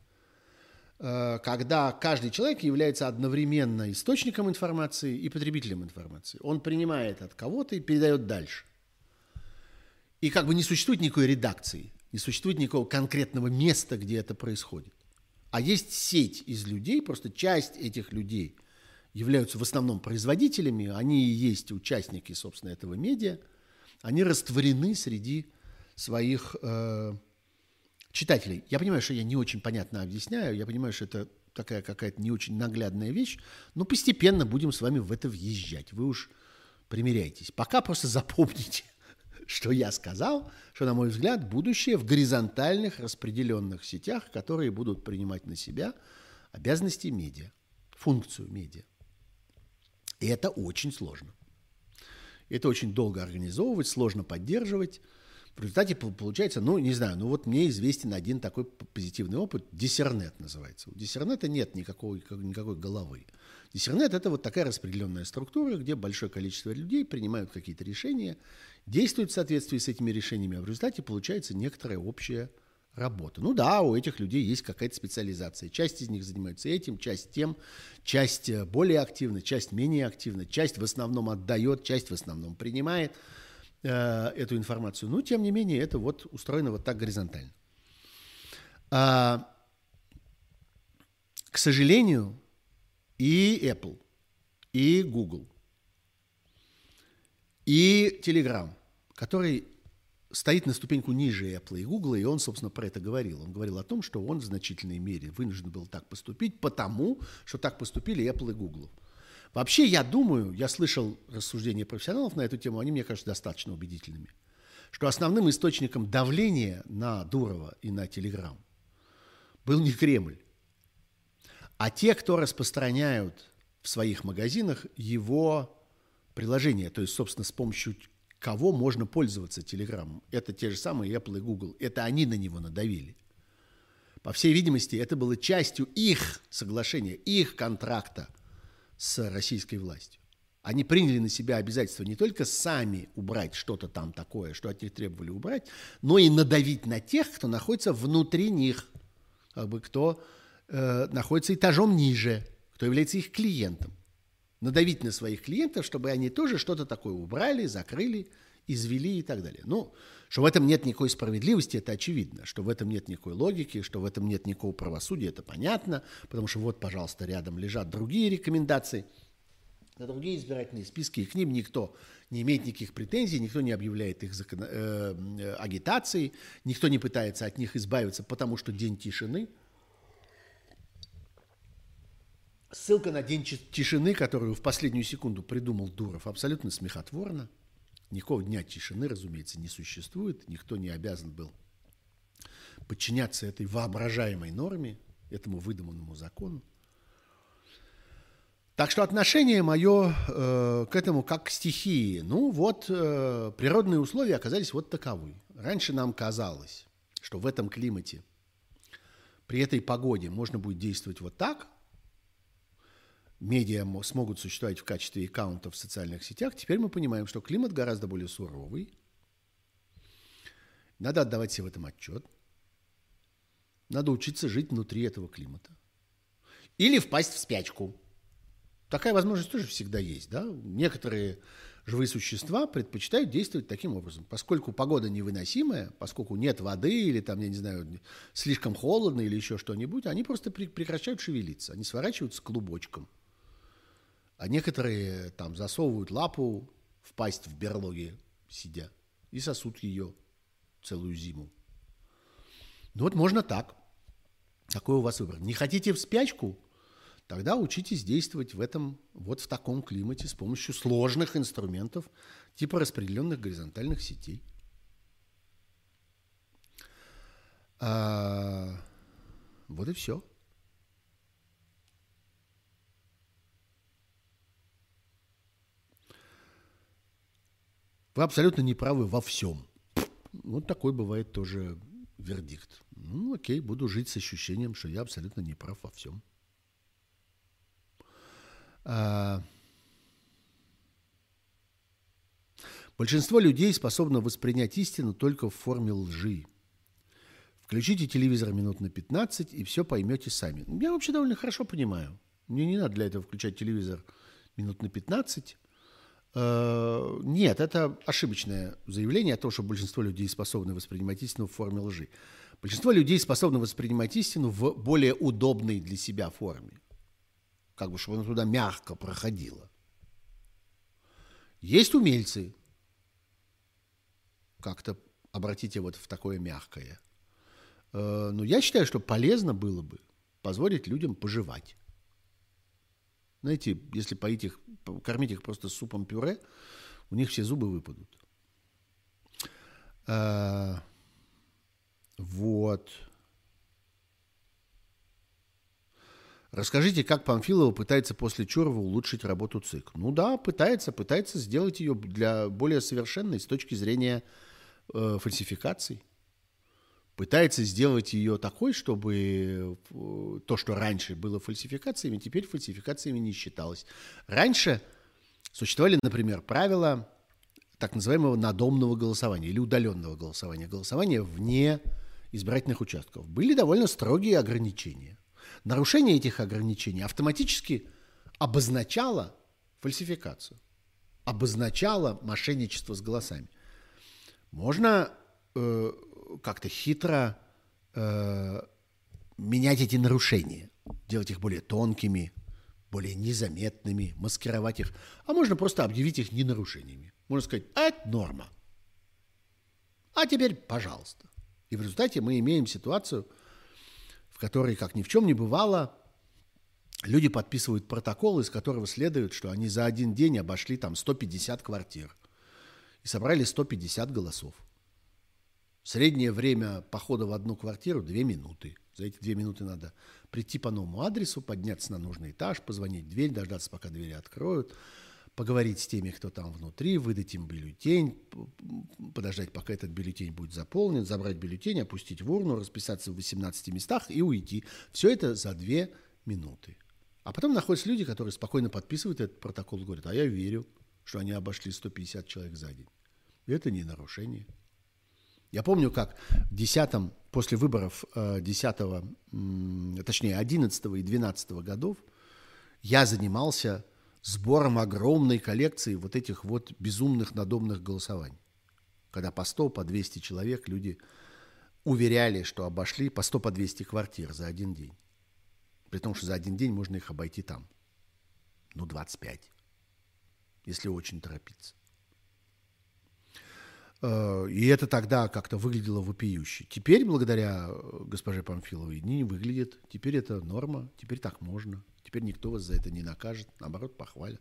Когда каждый человек является одновременно источником информации и потребителем информации. Он принимает от кого-то и передает дальше. И как бы не существует никакой редакции, не существует никакого конкретного места, где это происходит. А есть сеть из людей, просто часть этих людей являются в основном производителями, они и есть участники, собственно, этого медиа, они растворены среди своих читателей. Я понимаю, что я не очень понятно объясняю, я понимаю, что это такая какая-то не очень наглядная вещь, но постепенно будем с вами в это въезжать. Вы уж примиряйтесь. Пока просто запомните, что я сказал, что, на мой взгляд, будущее в горизонтальных распределенных сетях, которые будут принимать на себя обязанности медиа, функцию медиа. И это очень сложно. Это очень долго организовывать, сложно поддерживать. В результате получается, не знаю, вот мне известен один такой позитивный опыт, Диссернет называется. У Диссернета нет никакой головы. Диссернет – это вот такая распределенная структура, где большое количество людей принимают какие-то решения, действуют в соответствии с этими решениями, а в результате получается некоторая общая работа. Ну да, у этих людей есть какая-то специализация. Часть из них занимается этим, часть тем, часть более активна, часть менее активна, часть в основном отдает, часть в основном принимает эту информацию. Но, тем не менее, это вот устроено вот так горизонтально. К сожалению, и Apple, и Google, и Telegram, который стоит на ступеньку ниже Apple и Google, и он, собственно, про это говорил. Он говорил о том, что он в значительной мере вынужден был так поступить, потому что так поступили Apple и Google. Вообще, я думаю, я слышал рассуждения профессионалов на эту тему, они, мне кажутся, достаточно убедительными, что основным источником давления на Дурова и на Telegram был не Кремль, а те, кто распространяют в своих магазинах его приложения, то есть, собственно, с помощью кого можно пользоваться Telegram. Это те же самые Apple и Google. Это они на него надавили. По всей видимости, это было частью их соглашения, их контракта с российской властью. Они приняли на себя обязательство не только сами убрать что-то там такое, что от них требовали убрать, но и надавить на тех, кто находится внутри них, кто находится этажом ниже, кто является их клиентом. надавить на своих клиентов, чтобы они тоже что-то такое убрали, закрыли, извели и так далее. Ну, что в этом нет никакой справедливости, это очевидно. Что в этом нет никакой логики, что в этом нет никакого правосудия, это понятно. Потому что вот, пожалуйста, рядом лежат другие рекомендации, другие избирательные списки, и к ним никто не имеет никаких претензий, никто не объявляет их агитацией, никто не пытается от них избавиться, потому что день тишины. Ссылка на день тишины, которую в последнюю секунду придумал Дуров, абсолютно смехотворна. Никакого дня тишины, разумеется, не существует. Никто не обязан был подчиняться этой воображаемой норме, этому выдуманному закону. Так что отношение мое к этому как к стихии. Ну вот, природные условия оказались вот таковы. Раньше нам казалось, что в этом климате, при этой погоде можно будет действовать вот так. Медиа смогут существовать в качестве аккаунтов в социальных сетях. Теперь мы понимаем, что климат гораздо более суровый. Надо отдавать себе в этом отчет. Надо учиться жить внутри этого климата. Или впасть в спячку. Такая возможность тоже всегда есть. Да? Некоторые живые существа предпочитают действовать таким образом. Поскольку погода невыносимая, поскольку нет воды или там, я не знаю, слишком холодно или еще что-нибудь, они просто прекращают шевелиться. Они сворачиваются клубочком. А некоторые там засовывают лапу в пасть в берлоге, сидя, и сосут ее целую зиму. Ну вот можно так. Такой у вас выбор. Не хотите в спячку? Тогда учитесь действовать в этом, вот в таком климате с помощью сложных инструментов, типа распределенных горизонтальных сетей. Вот и все. Вы абсолютно не правы во всем. Вот такой бывает тоже вердикт. Ну, окей, буду жить с ощущением, что я абсолютно не прав во всем. Большинство людей способно воспринять истину только в форме лжи. Включите телевизор минут на 15, и все поймете сами. Я вообще довольно хорошо понимаю. Мне не надо для этого включать телевизор минут на 15. Нет, это ошибочное заявление о том, что большинство людей способны воспринимать истину в форме лжи. Большинство людей способны воспринимать истину в более удобной для себя форме. Как бы, чтобы она туда мягко проходила. Есть умельцы. Как-то обратите вот в такое мягкое. Но я считаю, что полезно было бы позволить людям пожевать. Знаете, если кормить их просто супом-пюре, у них все зубы выпадут. Вот. Расскажите, как Памфилова пытается после Чурова улучшить работу ЦИК? Ну да, пытается сделать ее более совершенной с точки зрения фальсификаций. Пытается сделать ее такой, чтобы то, что раньше было фальсификациями, теперь фальсификациями не считалось. Раньше существовали, например, правила так называемого надомного голосования или удаленного голосования, голосования вне избирательных участков. Были довольно строгие ограничения. Нарушение этих ограничений автоматически обозначало фальсификацию, обозначало мошенничество с голосами. Можно как-то хитро менять эти нарушения, делать их более тонкими, более незаметными, маскировать их. А можно просто объявить их ненарушениями. Можно сказать, это норма. А теперь, пожалуйста. И в результате мы имеем ситуацию, в которой, как ни в чем не бывало, люди подписывают протокол, из которого следует, что они за один день обошли там 150 квартир и собрали 150 голосов. Среднее время похода в одну квартиру 2 минуты. За эти 2 минуты надо прийти по новому адресу, подняться на нужный этаж, позвонить в дверь, дождаться, пока двери откроют, поговорить с теми, кто там внутри, выдать им бюллетень, подождать, пока этот бюллетень будет заполнен, забрать бюллетень, опустить в урну, расписаться в 18 местах и уйти. Все это за 2 минуты. А потом находятся люди, которые спокойно подписывают этот протокол и говорят, а я верю, что они обошли 150 человек за день. И это не нарушение. Я помню, как после выборов 11 и 12 годов я занимался сбором огромной коллекции вот этих вот безумных надомных голосований. Когда по 100, по 200 человек люди уверяли, что обошли по 100, по 200 квартир за один день. При том, что за один день можно их обойти там. 25, если очень торопиться. И это тогда как-то выглядело вопиюще. Теперь, благодаря госпоже Памфиловой, не выглядит. Теперь это норма, теперь так можно. Теперь никто вас за это не накажет, наоборот, похвалит.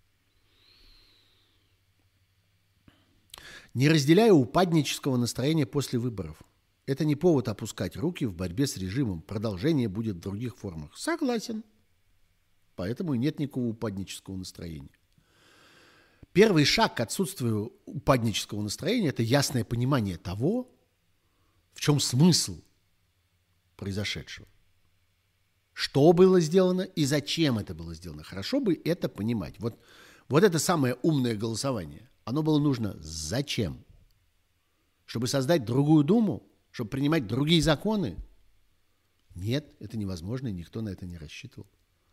Не разделяю упаднического настроения после выборов. Это не повод опускать руки в борьбе с режимом. Продолжение будет в других формах. Согласен. Поэтому и нет никакого упаднического настроения. Первый шаг к отсутствию упаднического настроения – это ясное понимание того, в чем смысл произошедшего. Что было сделано и зачем это было сделано. Хорошо бы это понимать. Вот это самое умное голосование. Оно было нужно зачем? Чтобы создать другую Думу? Чтобы принимать другие законы? Нет, это невозможно, и никто на это не рассчитывал.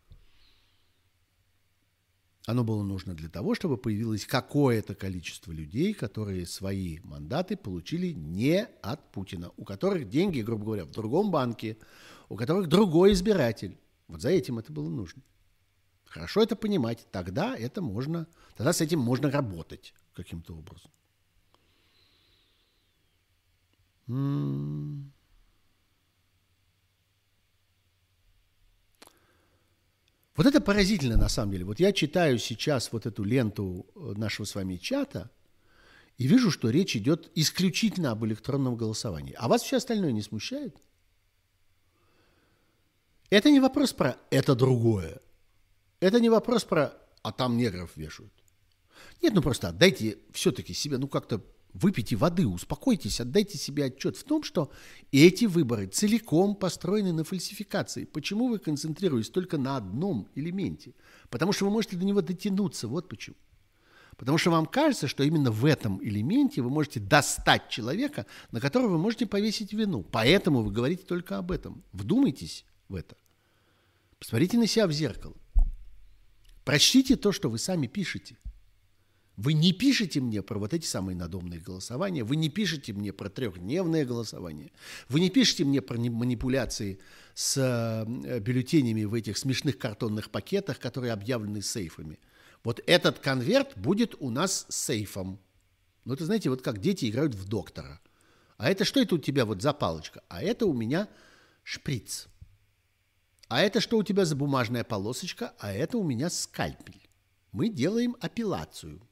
Оно было нужно для того, чтобы появилось какое-то количество людей, которые свои мандаты получили не от Путина, у которых деньги, грубо говоря, в другом банке, у которых другой избиратель. Вот за этим это было нужно. Хорошо это понимать, тогда с этим можно работать каким-то образом. Вот это поразительно на самом деле. Вот я читаю сейчас вот эту ленту нашего с вами чата и вижу, что речь идет исключительно об электронном голосовании. А вас все остальное не смущает? Это не вопрос про «это другое». Это не вопрос про «а там негров вешают». Нет, просто отдайте все-таки себе, как-то выпейте воды, успокойтесь, отдайте себе отчет в том, что эти выборы целиком построены на фальсификации. Почему вы концентрируетесь только на одном элементе? Потому что вы можете до него дотянуться, вот почему. Потому что вам кажется, что именно в этом элементе вы можете достать человека, на которого вы можете повесить вину. Поэтому вы говорите только об этом. Вдумайтесь в это. Посмотрите на себя в зеркало. Прочтите то, что вы сами пишете. Вы не пишете мне про вот эти самые надомные голосования, вы не пишете мне про трехдневное голосование, вы не пишете мне про манипуляции с бюллетенями в этих смешных картонных пакетах, которые объявлены сейфами. Вот этот конверт будет у нас сейфом. Это, знаете, вот как дети играют в доктора. А это что это у тебя вот за палочка? А это у меня шприц. А это что у тебя за бумажная полосочка? А это у меня скальпель. Мы делаем апелляцию.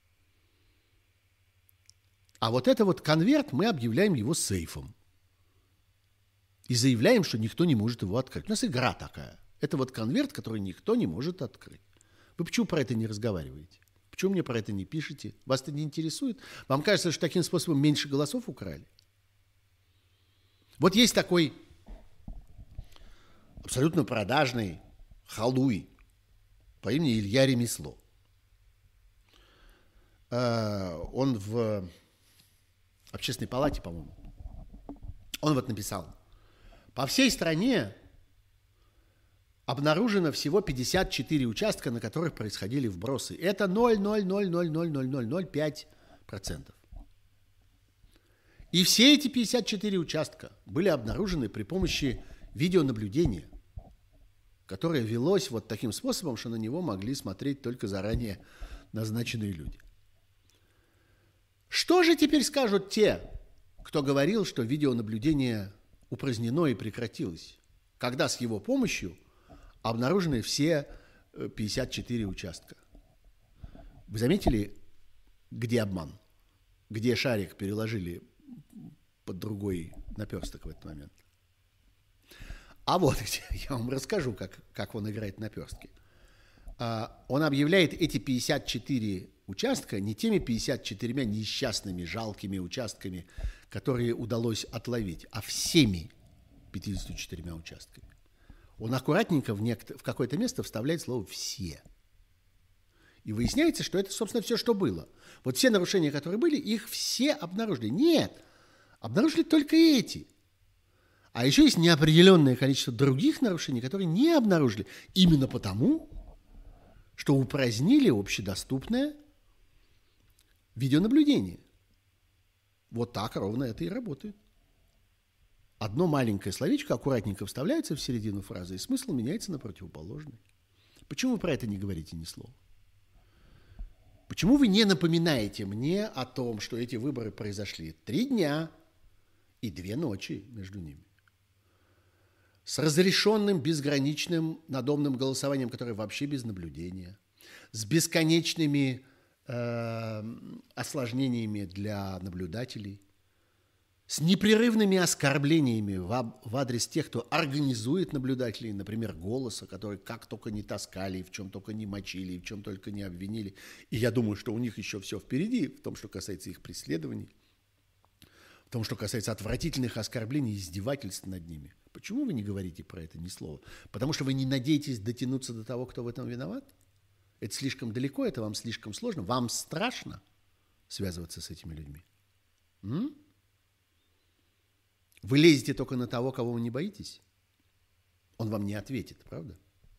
А вот это вот конверт, мы объявляем его сейфом. И заявляем, что никто не может его открыть. У нас игра такая. Это вот конверт, который никто не может открыть. Вы почему про это не разговариваете? Почему мне про это не пишете? Вас это не интересует? Вам кажется, что таким способом меньше голосов украли? Вот есть такой абсолютно продажный халуй по имени Илья Ремесло. Он в Общественной палате, по-моему, он вот написал: по всей стране обнаружено всего 54 участка, на которых происходили вбросы. Это 0,0000005%. И все эти 54 участка были обнаружены при помощи видеонаблюдения, которое велось вот таким способом, что на него могли смотреть только заранее назначенные люди. Что же теперь скажут те, кто говорил, что видеонаблюдение упразднено и прекратилось, когда с его помощью обнаружены все 54 участка? Вы заметили, где обман? Где шарик переложили под другой наперсток в этот момент? А вот где, я вам расскажу, как он играет наперстки. Он объявляет эти 54 участка не теми 54 несчастными, жалкими участками, которые удалось отловить, а всеми 54 участками. Он аккуратненько в какое-то место вставляет слово «все». И выясняется, что это, собственно, все, что было. Вот все нарушения, которые были, их все обнаружили. Нет, обнаружили только эти. А еще есть неопределенное количество других нарушений, которые не обнаружили. Именно потому, что упразднили общедоступное видеонаблюдение. Вот так ровно это и работает. Одно маленькое словечко аккуратненько вставляется в середину фразы, и смысл меняется на противоположный. Почему вы про это не говорите ни слова? Почему вы не напоминаете мне о том, что эти выборы произошли 3 дня и 2 ночи между ними? С разрешенным безграничным надомным голосованием, которое вообще без наблюдения, с бесконечными осложнениями для наблюдателей, с непрерывными оскорблениями в адрес тех, кто организует наблюдателей, например, «Голоса», которые как только не таскали, в чем только не мочили, в чем только не обвинили. И я думаю, что у них еще все впереди, в том, что касается их преследований, в том, что касается отвратительных оскорблений и издевательств над ними. Почему вы не говорите про это ни слова? Потому что вы не надеетесь дотянуться до того, кто в этом виноват? Это слишком далеко, это вам слишком сложно, вам страшно связываться с этими людьми? Вы лезете только на того, кого вы не боитесь? Он вам не ответит, правда?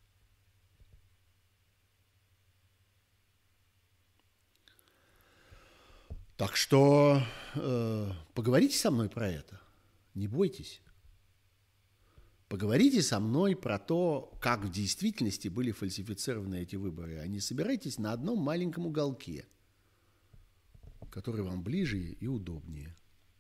Так что поговорите со мной про это, не бойтесь. Поговорите со мной про то, как в действительности были фальсифицированы эти выборы, а не собирайтесь на одном маленьком уголке, который вам ближе и удобнее.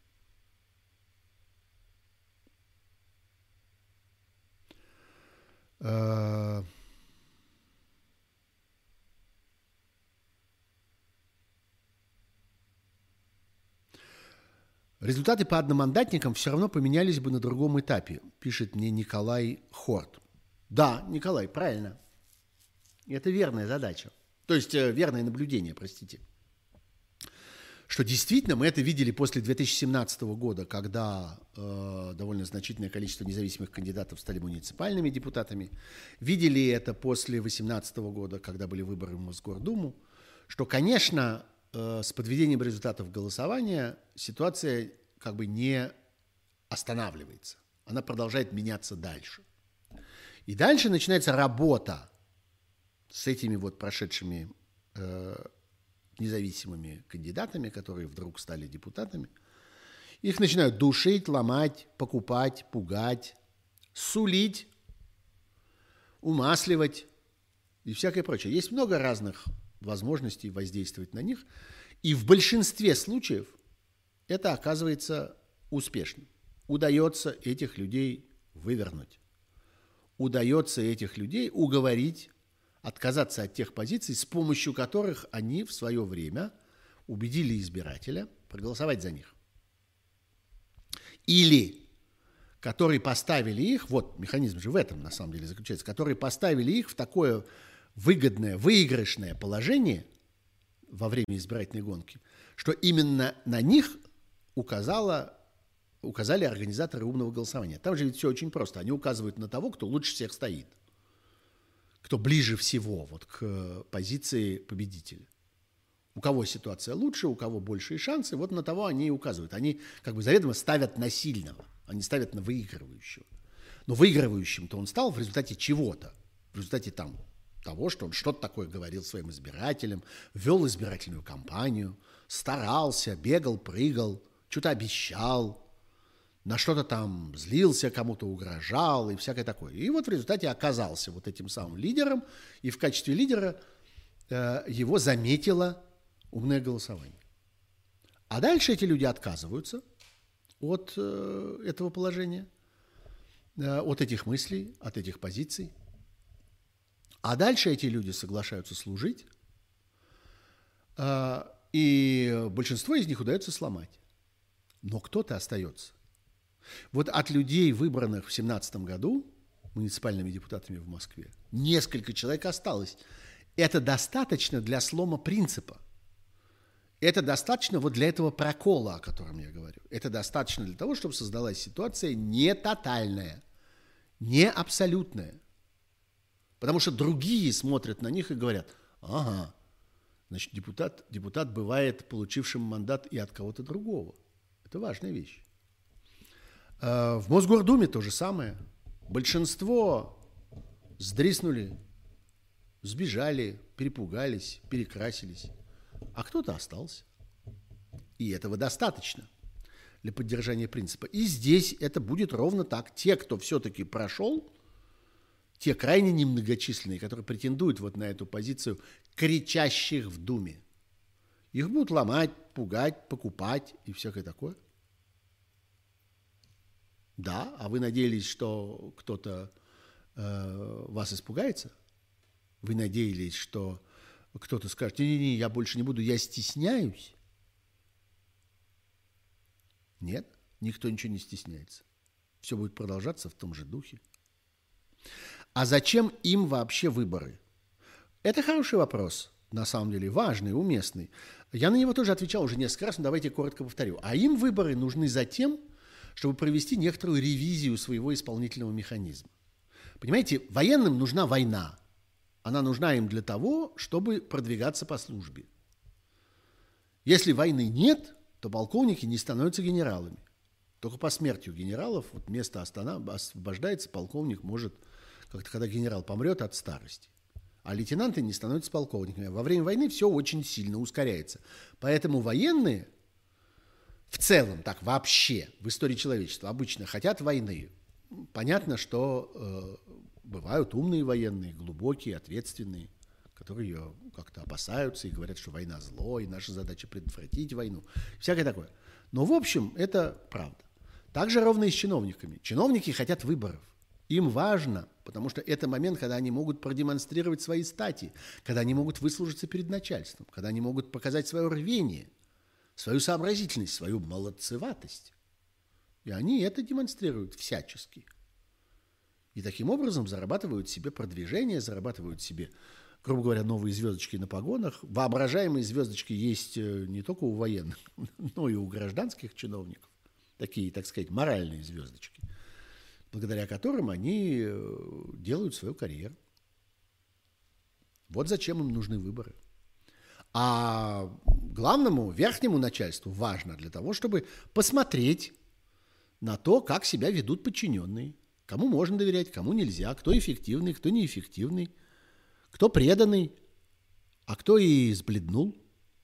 Результаты по одномандатникам все равно поменялись бы на другом этапе, пишет мне Николай Хорт. Да, Николай, правильно. Это верная задача. То есть верное наблюдение, простите. Что действительно мы это видели после 2017 года, когда довольно значительное количество независимых кандидатов стали муниципальными депутатами. Видели это после 2018 года, когда были выборы в Мосгордуму. Что, конечно, с подведением результатов голосования ситуация как бы не останавливается. Она продолжает меняться дальше. И дальше начинается работа с этими вот прошедшими независимыми кандидатами, которые вдруг стали депутатами. Их начинают душить, ломать, покупать, пугать, сулить, умасливать и всякое прочее. Есть много разных возможностей воздействовать на них, и в большинстве случаев это оказывается успешным. Удается этих людей вывернуть. Удается этих людей уговорить отказаться от тех позиций, с помощью которых они в свое время убедили избирателя проголосовать за них. Или которые поставили их, вот механизм же в этом на самом деле заключается, которые поставили их в такое выгодное, выигрышное положение во время избирательной гонки, что именно на них указали организаторы умного голосования. Там же ведь все очень просто. Они указывают на того, кто лучше всех стоит, кто ближе всего вот к позиции победителя. У кого ситуация лучше, у кого большие шансы, вот на того они и указывают. Они как бы заведомо ставят на сильного, они ставят на выигрывающего. Но выигрывающим-то он стал в результате чего-то, в результате того, что он что-то такое говорил своим избирателям, вел избирательную кампанию, старался, бегал, прыгал, что-то обещал, на что-то там злился, кому-то угрожал и всякое такое. И вот в результате оказался вот этим самым лидером, и в качестве лидера его заметило умное голосование. А дальше эти люди отказываются от этого положения, от этих мыслей, от этих позиций. А дальше эти люди соглашаются служить, и большинство из них удается сломать. Но кто-то остается. Вот от людей, выбранных в 2017 году муниципальными депутатами в Москве, несколько человек осталось. Это достаточно для слома принципа. Это достаточно вот для этого прокола, о котором я говорю. Это достаточно для того, чтобы создалась ситуация не тотальная, не абсолютная. Потому что другие смотрят на них и говорят: ага, значит, депутат бывает получившим мандат и от кого-то другого. Это важная вещь. В Мосгордуме то же самое. Большинство сдриснули, сбежали, перепугались, перекрасились, а кто-то остался. И этого достаточно для поддержания принципа. И здесь это будет ровно так. Те, кто все-таки прошел, те крайне немногочисленные, которые претендуют вот на эту позицию кричащих в Думе, их будут ломать, пугать, покупать и всякое такое. Да, а вы надеялись, что кто-то вас испугается? Вы надеялись, что кто-то скажет: не-не-не, я больше не буду, я стесняюсь? Нет, никто ничего не стесняется. Все будет продолжаться в том же духе. А зачем им вообще выборы? Это хороший вопрос, на самом деле, важный, уместный. Я на него тоже отвечал уже несколько раз, но давайте коротко повторю. А им выборы нужны за тем, чтобы провести некоторую ревизию своего исполнительного механизма. Понимаете, военным нужна война. Она нужна им для того, чтобы продвигаться по службе. Если войны нет, то полковники не становятся генералами. Только по смерти генералов вот место освобождается, полковник может, как-то когда генерал помрет от старости. А лейтенанты не становятся полковниками. Во время войны все очень сильно ускоряется. Поэтому военные в целом, так вообще, в истории человечества обычно хотят войны. Понятно, что бывают умные военные, глубокие, ответственные, которые ее как-то опасаются и говорят, что война зло, и наша задача предотвратить войну. Всякое такое. Но в общем это правда. Так же ровно и с чиновниками. Чиновники хотят выборов. Им важно, потому что это момент, когда они могут продемонстрировать свои стати, когда они могут выслужиться перед начальством, когда они могут показать свое рвение, свою сообразительность, свою молодцеватость. И они это демонстрируют всячески. И таким образом зарабатывают себе продвижение, зарабатывают себе, грубо говоря, новые звездочки на погонах. Воображаемые звездочки есть не только у военных, но и у гражданских чиновников. Такие, так сказать, моральные звездочки, благодаря которым они делают свою карьеру. Вот зачем им нужны выборы. А главному, верхнему начальству важно для того, чтобы посмотреть на то, как себя ведут подчиненные. Кому можно доверять, кому нельзя, кто эффективный, кто неэффективный, кто преданный, а кто и сбледнул.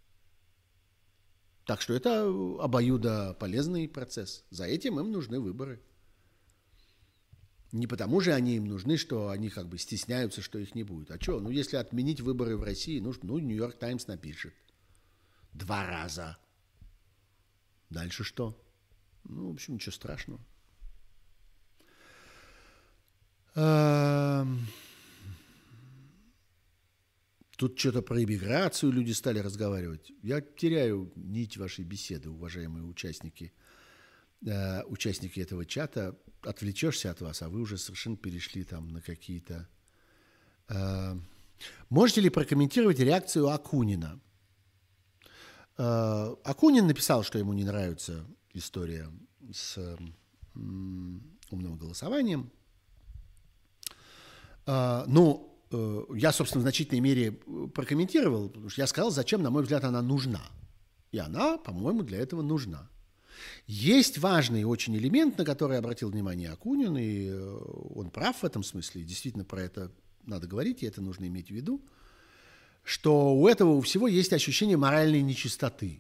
Так что это обоюдополезный процесс. За этим им нужны выборы. Не потому же они им нужны, что они как бы стесняются, что их не будет. А что? Ну, если отменить выборы в России, ну, Нью-Йорк Таймс напишет. 2 раза. Дальше что? Ну, в общем, ничего страшного. Тут что-то про иммиграцию люди стали разговаривать. Я теряю нить вашей беседы, уважаемые участники этого чата. Отвлечешься от вас, а вы уже совершенно перешли там на какие-то... Можете ли прокомментировать реакцию Акунина? Акунин написал, что ему не нравится история с умным голосованием. Я, собственно, в значительной мере прокомментировал, потому что я сказал, зачем, на мой взгляд, она нужна. И она, по-моему, для этого нужна. Есть важный очень элемент, на который обратил внимание Акунин, и он прав в этом смысле, и действительно про это надо говорить, и это нужно иметь в виду, что у этого у всего есть ощущение моральной нечистоты.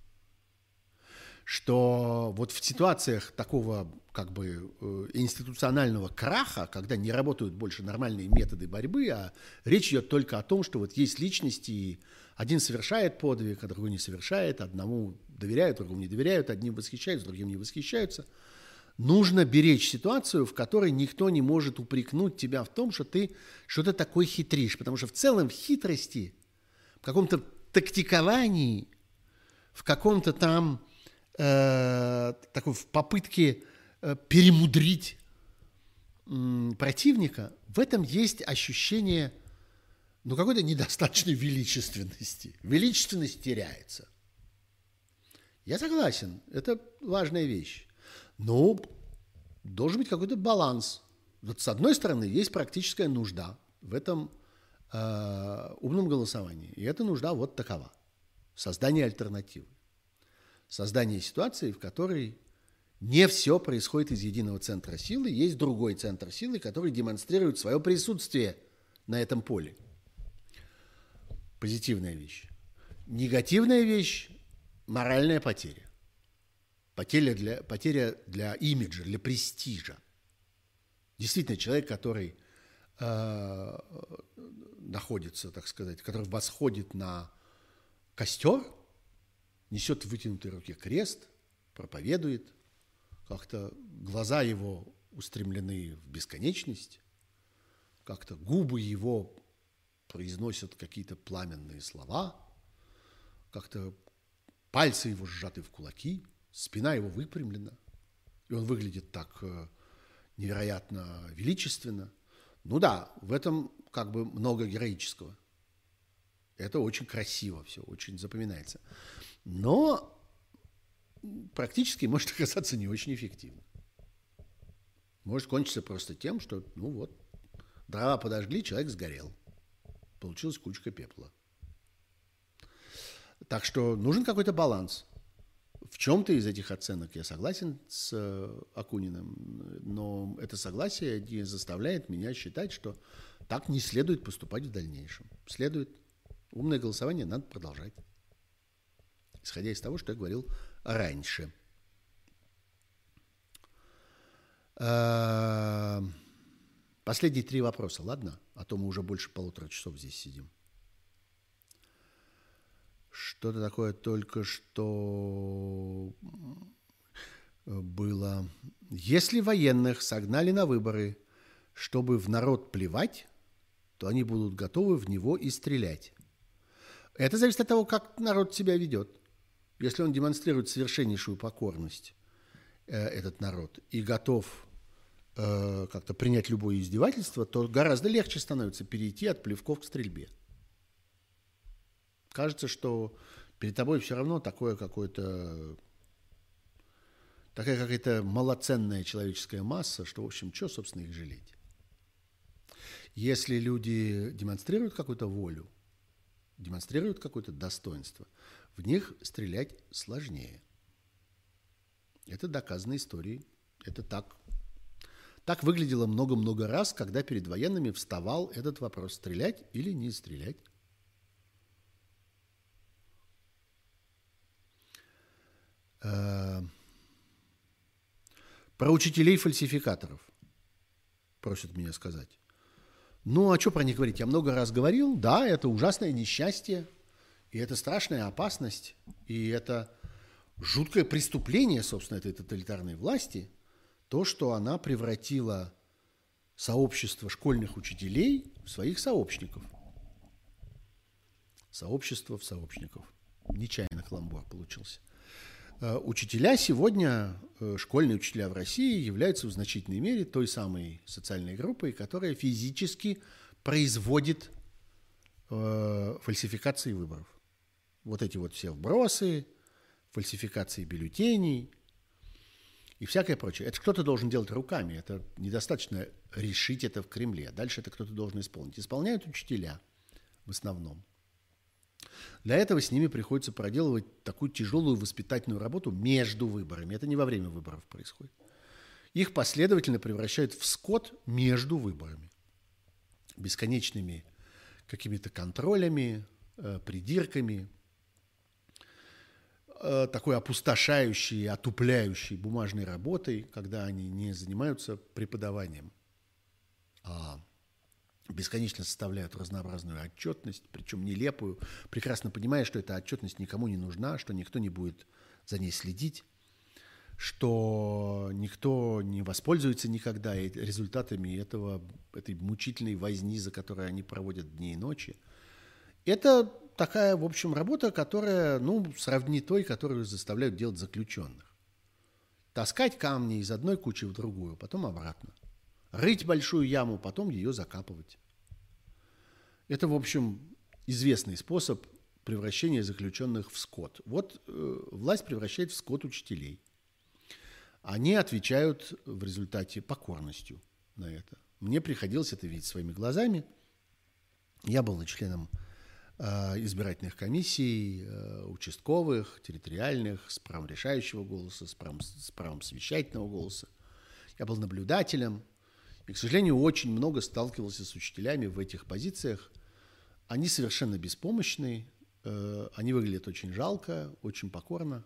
Что вот в ситуациях такого как бы институционального краха, когда не работают больше нормальные методы борьбы, а речь идет только о том, что вот есть личности, и один совершает подвиг, а другой не совершает, одному доверяют, другому не доверяют, одним восхищаются, другим не восхищаются. Нужно беречь ситуацию, в которой никто не может упрекнуть тебя в том, что ты что-то такое хитришь, потому что в целом в хитрости, в каком-то тактиковании, в каком-то там такой в попытке перемудрить противника, в этом есть ощущение какой-то недостаточной величественности. Величественность теряется. Я согласен, это важная вещь. Но должен быть какой-то баланс. Вот с одной стороны, есть практическая нужда в этом умном голосовании. И эта нужда вот такова. Создание альтернативы. Создание ситуации, в которой не все происходит из единого центра силы, есть другой центр силы, который демонстрирует свое присутствие на этом поле. Позитивная вещь. Негативная вещь – моральная потеря. Потеря для имиджа, для престижа. Действительно, человек, который находится, так сказать, который восходит на костер, несет в вытянутой руке крест, проповедует, как-то глаза его устремлены в бесконечность, как-то губы его произносят какие-то пламенные слова, как-то пальцы его сжаты в кулаки, спина его выпрямлена, и он выглядит так невероятно величественно. Ну да, в этом как бы много героического. Это очень красиво все, очень запоминается. Но практически может оказаться не очень эффективно. Может кончиться просто тем, что, ну вот, дрова подожгли, человек сгорел. Получилась кучка пепла. Так что нужен какой-то баланс. В чем-то из этих оценок я согласен с Акуниным, но это согласие не заставляет меня считать, что так не следует поступать в дальнейшем. Следует. Умное голосование надо продолжать. Исходя из того, что я говорил раньше. Последние 3 вопроса, ладно? А то мы уже больше 1,5 часов здесь сидим. Что-то такое только что было. Если военных согнали на выборы, чтобы в народ плевать, то они будут готовы в него и стрелять. Это зависит от того, как народ себя ведет. Если он демонстрирует совершеннейшую покорность, этот народ, и готов как-то принять любое издевательство, то гораздо легче становится перейти от плевков к стрельбе. Кажется, что перед тобой все равно такая какая-то малоценная человеческая масса, что, в общем, что, собственно, их жалеть. Если люди демонстрируют какую-то волю, демонстрируют какое-то достоинство, в них стрелять сложнее. Это доказано историей. Это так. Так выглядело много-много раз, когда перед военными вставал этот вопрос: стрелять или не стрелять. Про учителей-фальсификаторов просят меня сказать. Ну, а что про них говорить? Я много раз говорил. Да, это ужасное несчастье, и это страшная опасность, и это жуткое преступление, собственно, этой тоталитарной власти, то, что она превратила сообщество школьных учителей в своих сообщников. Сообщество в сообщников. Нечаянно каламбур получился. Учителя сегодня, школьные учителя в России, являются в значительной мере той самой социальной группой, которая физически производит фальсификации выборов. Вот эти вот все вбросы, фальсификации бюллетеней и всякое прочее. Это кто-то должен делать руками. Это недостаточно решить это в Кремле. Дальше это кто-то должен исполнить. Исполняют учителя в основном. Для этого с ними приходится проделывать такую тяжелую воспитательную работу между выборами. Это не во время выборов происходит. Их последовательно превращают в скот между выборами. Бесконечными какими-то контролями, придирками, такой опустошающей, отупляющей бумажной работой, когда они не занимаются преподаванием, а бесконечно составляют разнообразную отчетность, причем нелепую, прекрасно понимая, что эта отчетность никому не нужна, что никто не будет за ней следить, что никто не воспользуется никогда результатами этой мучительной возни, за которой они проводят дни и ночи. Это такая, в общем, работа, которая, сравни той, которую заставляют делать заключенных. Таскать камни из одной кучи в другую, потом обратно. Рыть большую яму, потом ее закапывать. Это, в общем, известный способ превращения заключенных в скот. Вот власть превращает в скот учителей. Они отвечают в результате покорностью на это. Мне приходилось это видеть своими глазами. Я был членом избирательных комиссий, участковых, территориальных, с правом решающего голоса, с правом совещательного голоса. Я был наблюдателем. И, к сожалению, очень много сталкивался с учителями в этих позициях, Они совершенно беспомощные, они выглядят очень жалко, очень покорно.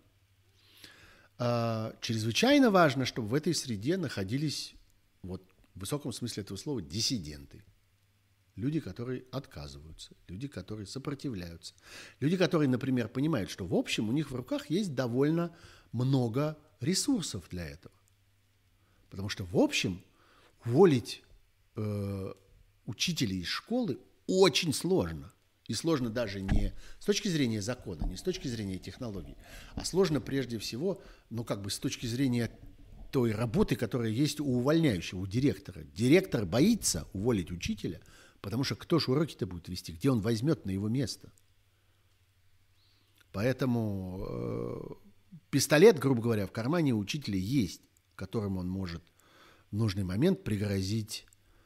Чрезвычайно важно, чтобы в этой среде находились, вот, в высоком смысле этого слова, диссиденты. Люди, которые отказываются, люди, которые сопротивляются. Люди, которые, например, понимают, что в общем у них в руках есть довольно много ресурсов для этого. Потому что в общем уволить учителей из школы очень сложно. И сложно даже не с точки зрения закона, не с точки зрения технологий, а сложно прежде всего, с точки зрения той работы, которая есть у увольняющего, у директора. Директор боится уволить учителя, потому что кто же уроки-то будет вести, где он возьмет на его место. Поэтому пистолет, грубо говоря, в кармане у учителя есть, которым он может в нужный момент пригрозить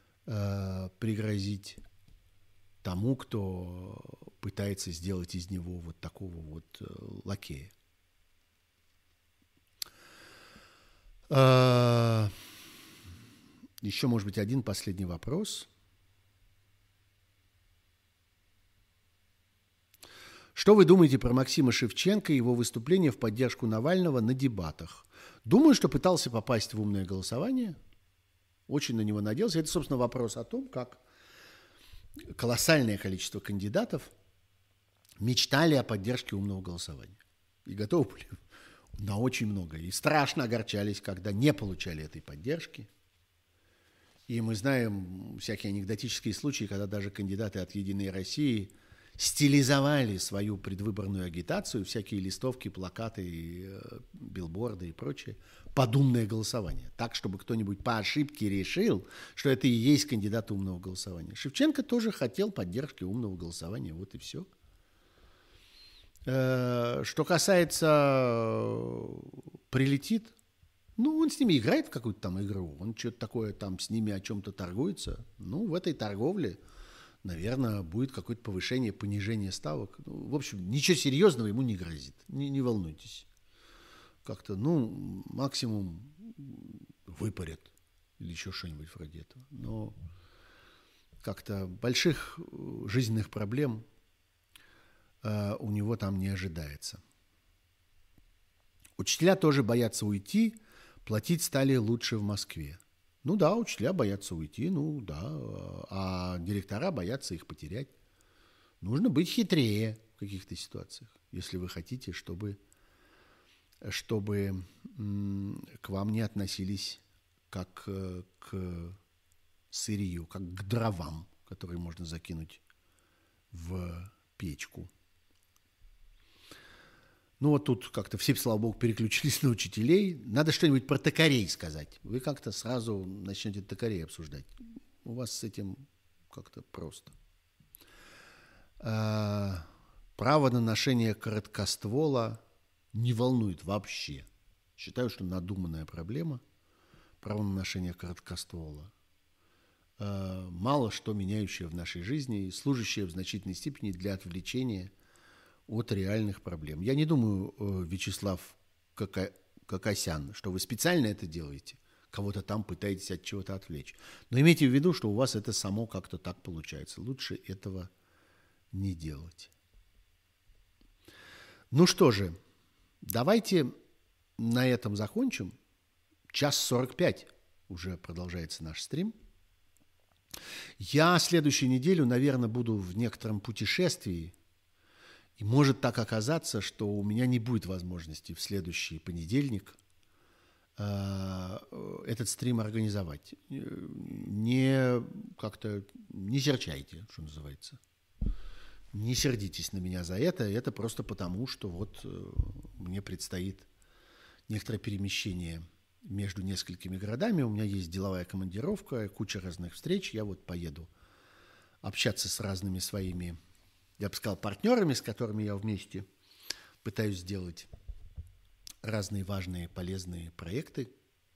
тому, кто пытается сделать из него вот такого вот лакея. Еще, может быть, один последний вопрос. Что вы думаете про Максима Шевченко и его выступление в поддержку Навального на дебатах? Думаю, что пытался попасть в умное голосование. Очень на него надеялся. Это, собственно, вопрос о том, как колоссальное количество кандидатов мечтали о поддержке умного голосования. И готовы были на очень много. И страшно огорчались, когда не получали этой поддержки. И мы знаем всякие анекдотические случаи, когда даже кандидаты от «Единой России» стилизовали свою предвыборную агитацию, всякие листовки, плакаты, билборды и прочее, под умное голосование. Так, чтобы кто-нибудь по ошибке решил, что это и есть кандидат умного голосования. Шевченко тоже хотел поддержки умного голосования, вот и все. Что касается «прилетит», он с ними играет в какую-то там игру, он что-то такое там с ними о чем-то торгуется. В этой торговле, наверное, будет какое-то повышение, понижение ставок. В общем, ничего серьезного ему не грозит. Не волнуйтесь. Как-то, максимум выпарят или еще что-нибудь вроде этого. Но как-то больших жизненных проблем у него там не ожидается. Учителя тоже боятся уйти, платить стали лучше в Москве. Да, учителя боятся уйти, а директора боятся их потерять. Нужно быть хитрее в каких-то ситуациях, если вы хотите, чтобы к вам не относились как к сырью, как к дровам, которые можно закинуть в печку. Тут как-то все, слава богу, переключились на учителей. Надо что-нибудь про токарей сказать. Вы как-то сразу начнете токарей обсуждать. У вас с этим как-то просто. Право на ношение короткоствола не волнует вообще. Считаю, что надуманная проблема. Право на ношение короткоствола. Мало что меняющее в нашей жизни и служащее в значительной степени для отвлечения от реальных проблем. Я не думаю, Вячеслав Кокосян, что вы специально это делаете, кого-то там пытаетесь от чего-то отвлечь. Но имейте в виду, что у вас это само как-то так получается. Лучше этого не делать. Что же, давайте на этом закончим. 1:45 уже продолжается наш стрим. Я следующую неделю, наверное, буду в некотором путешествии. И может так оказаться, что у меня не будет возможности в следующий понедельник этот стрим организовать. Не серчайте, что называется. Не сердитесь на меня за это. Это просто потому, что мне предстоит некоторое перемещение между несколькими городами. У меня есть деловая командировка, куча разных встреч. Я поеду общаться с разными своими, я бы сказал, партнерами, с которыми я вместе пытаюсь сделать разные важные, полезные проекты.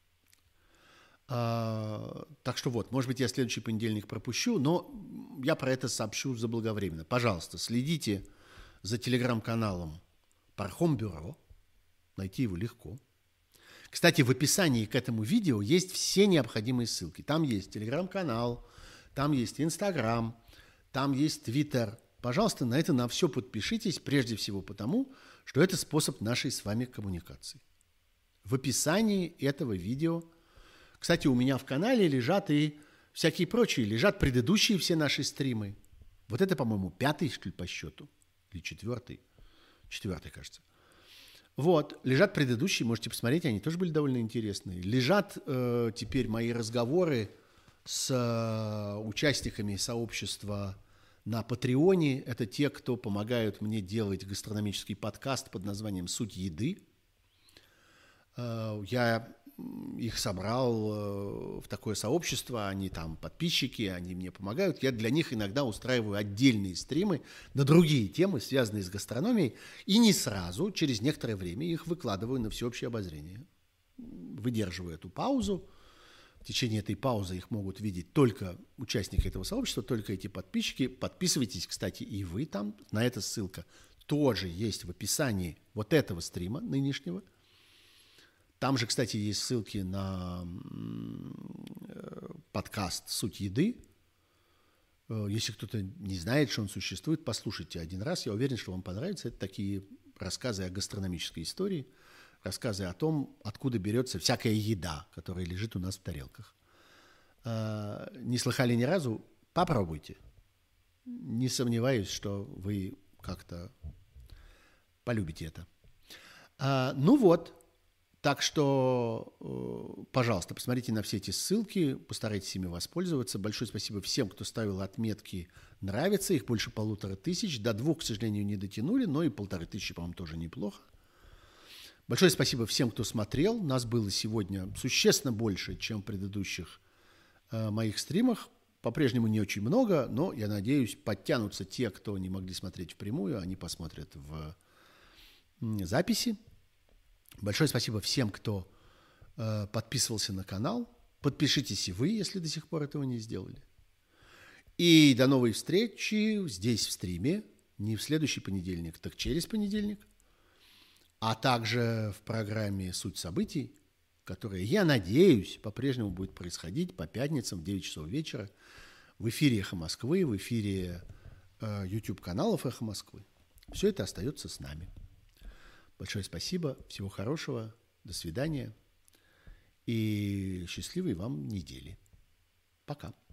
Так что может быть, я следующий понедельник пропущу, но я про это сообщу заблаговременно. Пожалуйста, следите за телеграм-каналом Пархомбюро. Найти его легко. Кстати, в описании к этому видео есть все необходимые ссылки. Там есть телеграм-канал, там есть Инстаграм, там есть Твиттер, Пожалуйста, на все подпишитесь, прежде всего потому, что это способ нашей с вами коммуникации. В описании этого видео, кстати, у меня в канале лежат и всякие прочие, лежат предыдущие все наши стримы. Вот это, по-моему, 5-й, что ли, по счету, или 4-й, 4-й, кажется. Вот, лежат предыдущие, можете посмотреть, они тоже были довольно интересные. Лежат теперь мои разговоры с участниками сообщества на Патреоне. Это те, кто помогают мне делать гастрономический подкаст под названием «Суть еды». Я их собрал в такое сообщество, они там подписчики, они мне помогают. Я для них иногда устраиваю отдельные стримы на другие темы, связанные с гастрономией, и не сразу, через некоторое время их выкладываю на всеобщее обозрение. Выдерживаю эту паузу. В течение этой паузы их могут видеть только участники этого сообщества, только эти подписчики. Подписывайтесь, кстати, и вы там. На это ссылка тоже есть в описании вот этого стрима нынешнего. Там же, кстати, есть ссылки на подкаст «Суть еды». Если кто-то не знает, что он существует, послушайте один раз. Я уверен, что вам понравится. Это такие рассказы о гастрономической истории, рассказы о том, откуда берется всякая еда, которая лежит у нас в тарелках. Не слыхали ни разу? Попробуйте. Не сомневаюсь, что вы как-то полюбите это. Ну вот. Так что, пожалуйста, посмотрите на все эти ссылки, постарайтесь ими воспользоваться. Большое спасибо всем, кто ставил отметки «нравится». Их больше 1500. До 2, к сожалению, не дотянули, но и 1500, по-моему, тоже неплохо. Большое спасибо всем, кто смотрел. Нас было сегодня существенно больше, чем в предыдущих моих стримах. По-прежнему не очень много, но, я надеюсь, подтянутся те, кто не могли смотреть впрямую, они посмотрят в записи. Большое спасибо всем, кто подписывался на канал. Подпишитесь и вы, если до сих пор этого не сделали. И до новой встречи здесь в стриме. Не в следующий понедельник, так через понедельник. А также в программе «Суть событий», которая, я надеюсь, по-прежнему будет происходить по пятницам в 9 часов вечера в эфире «Эхо Москвы», в эфире YouTube-каналов «Эхо Москвы». Все это остается с нами. Большое спасибо, всего хорошего, до свидания и счастливой вам недели. Пока.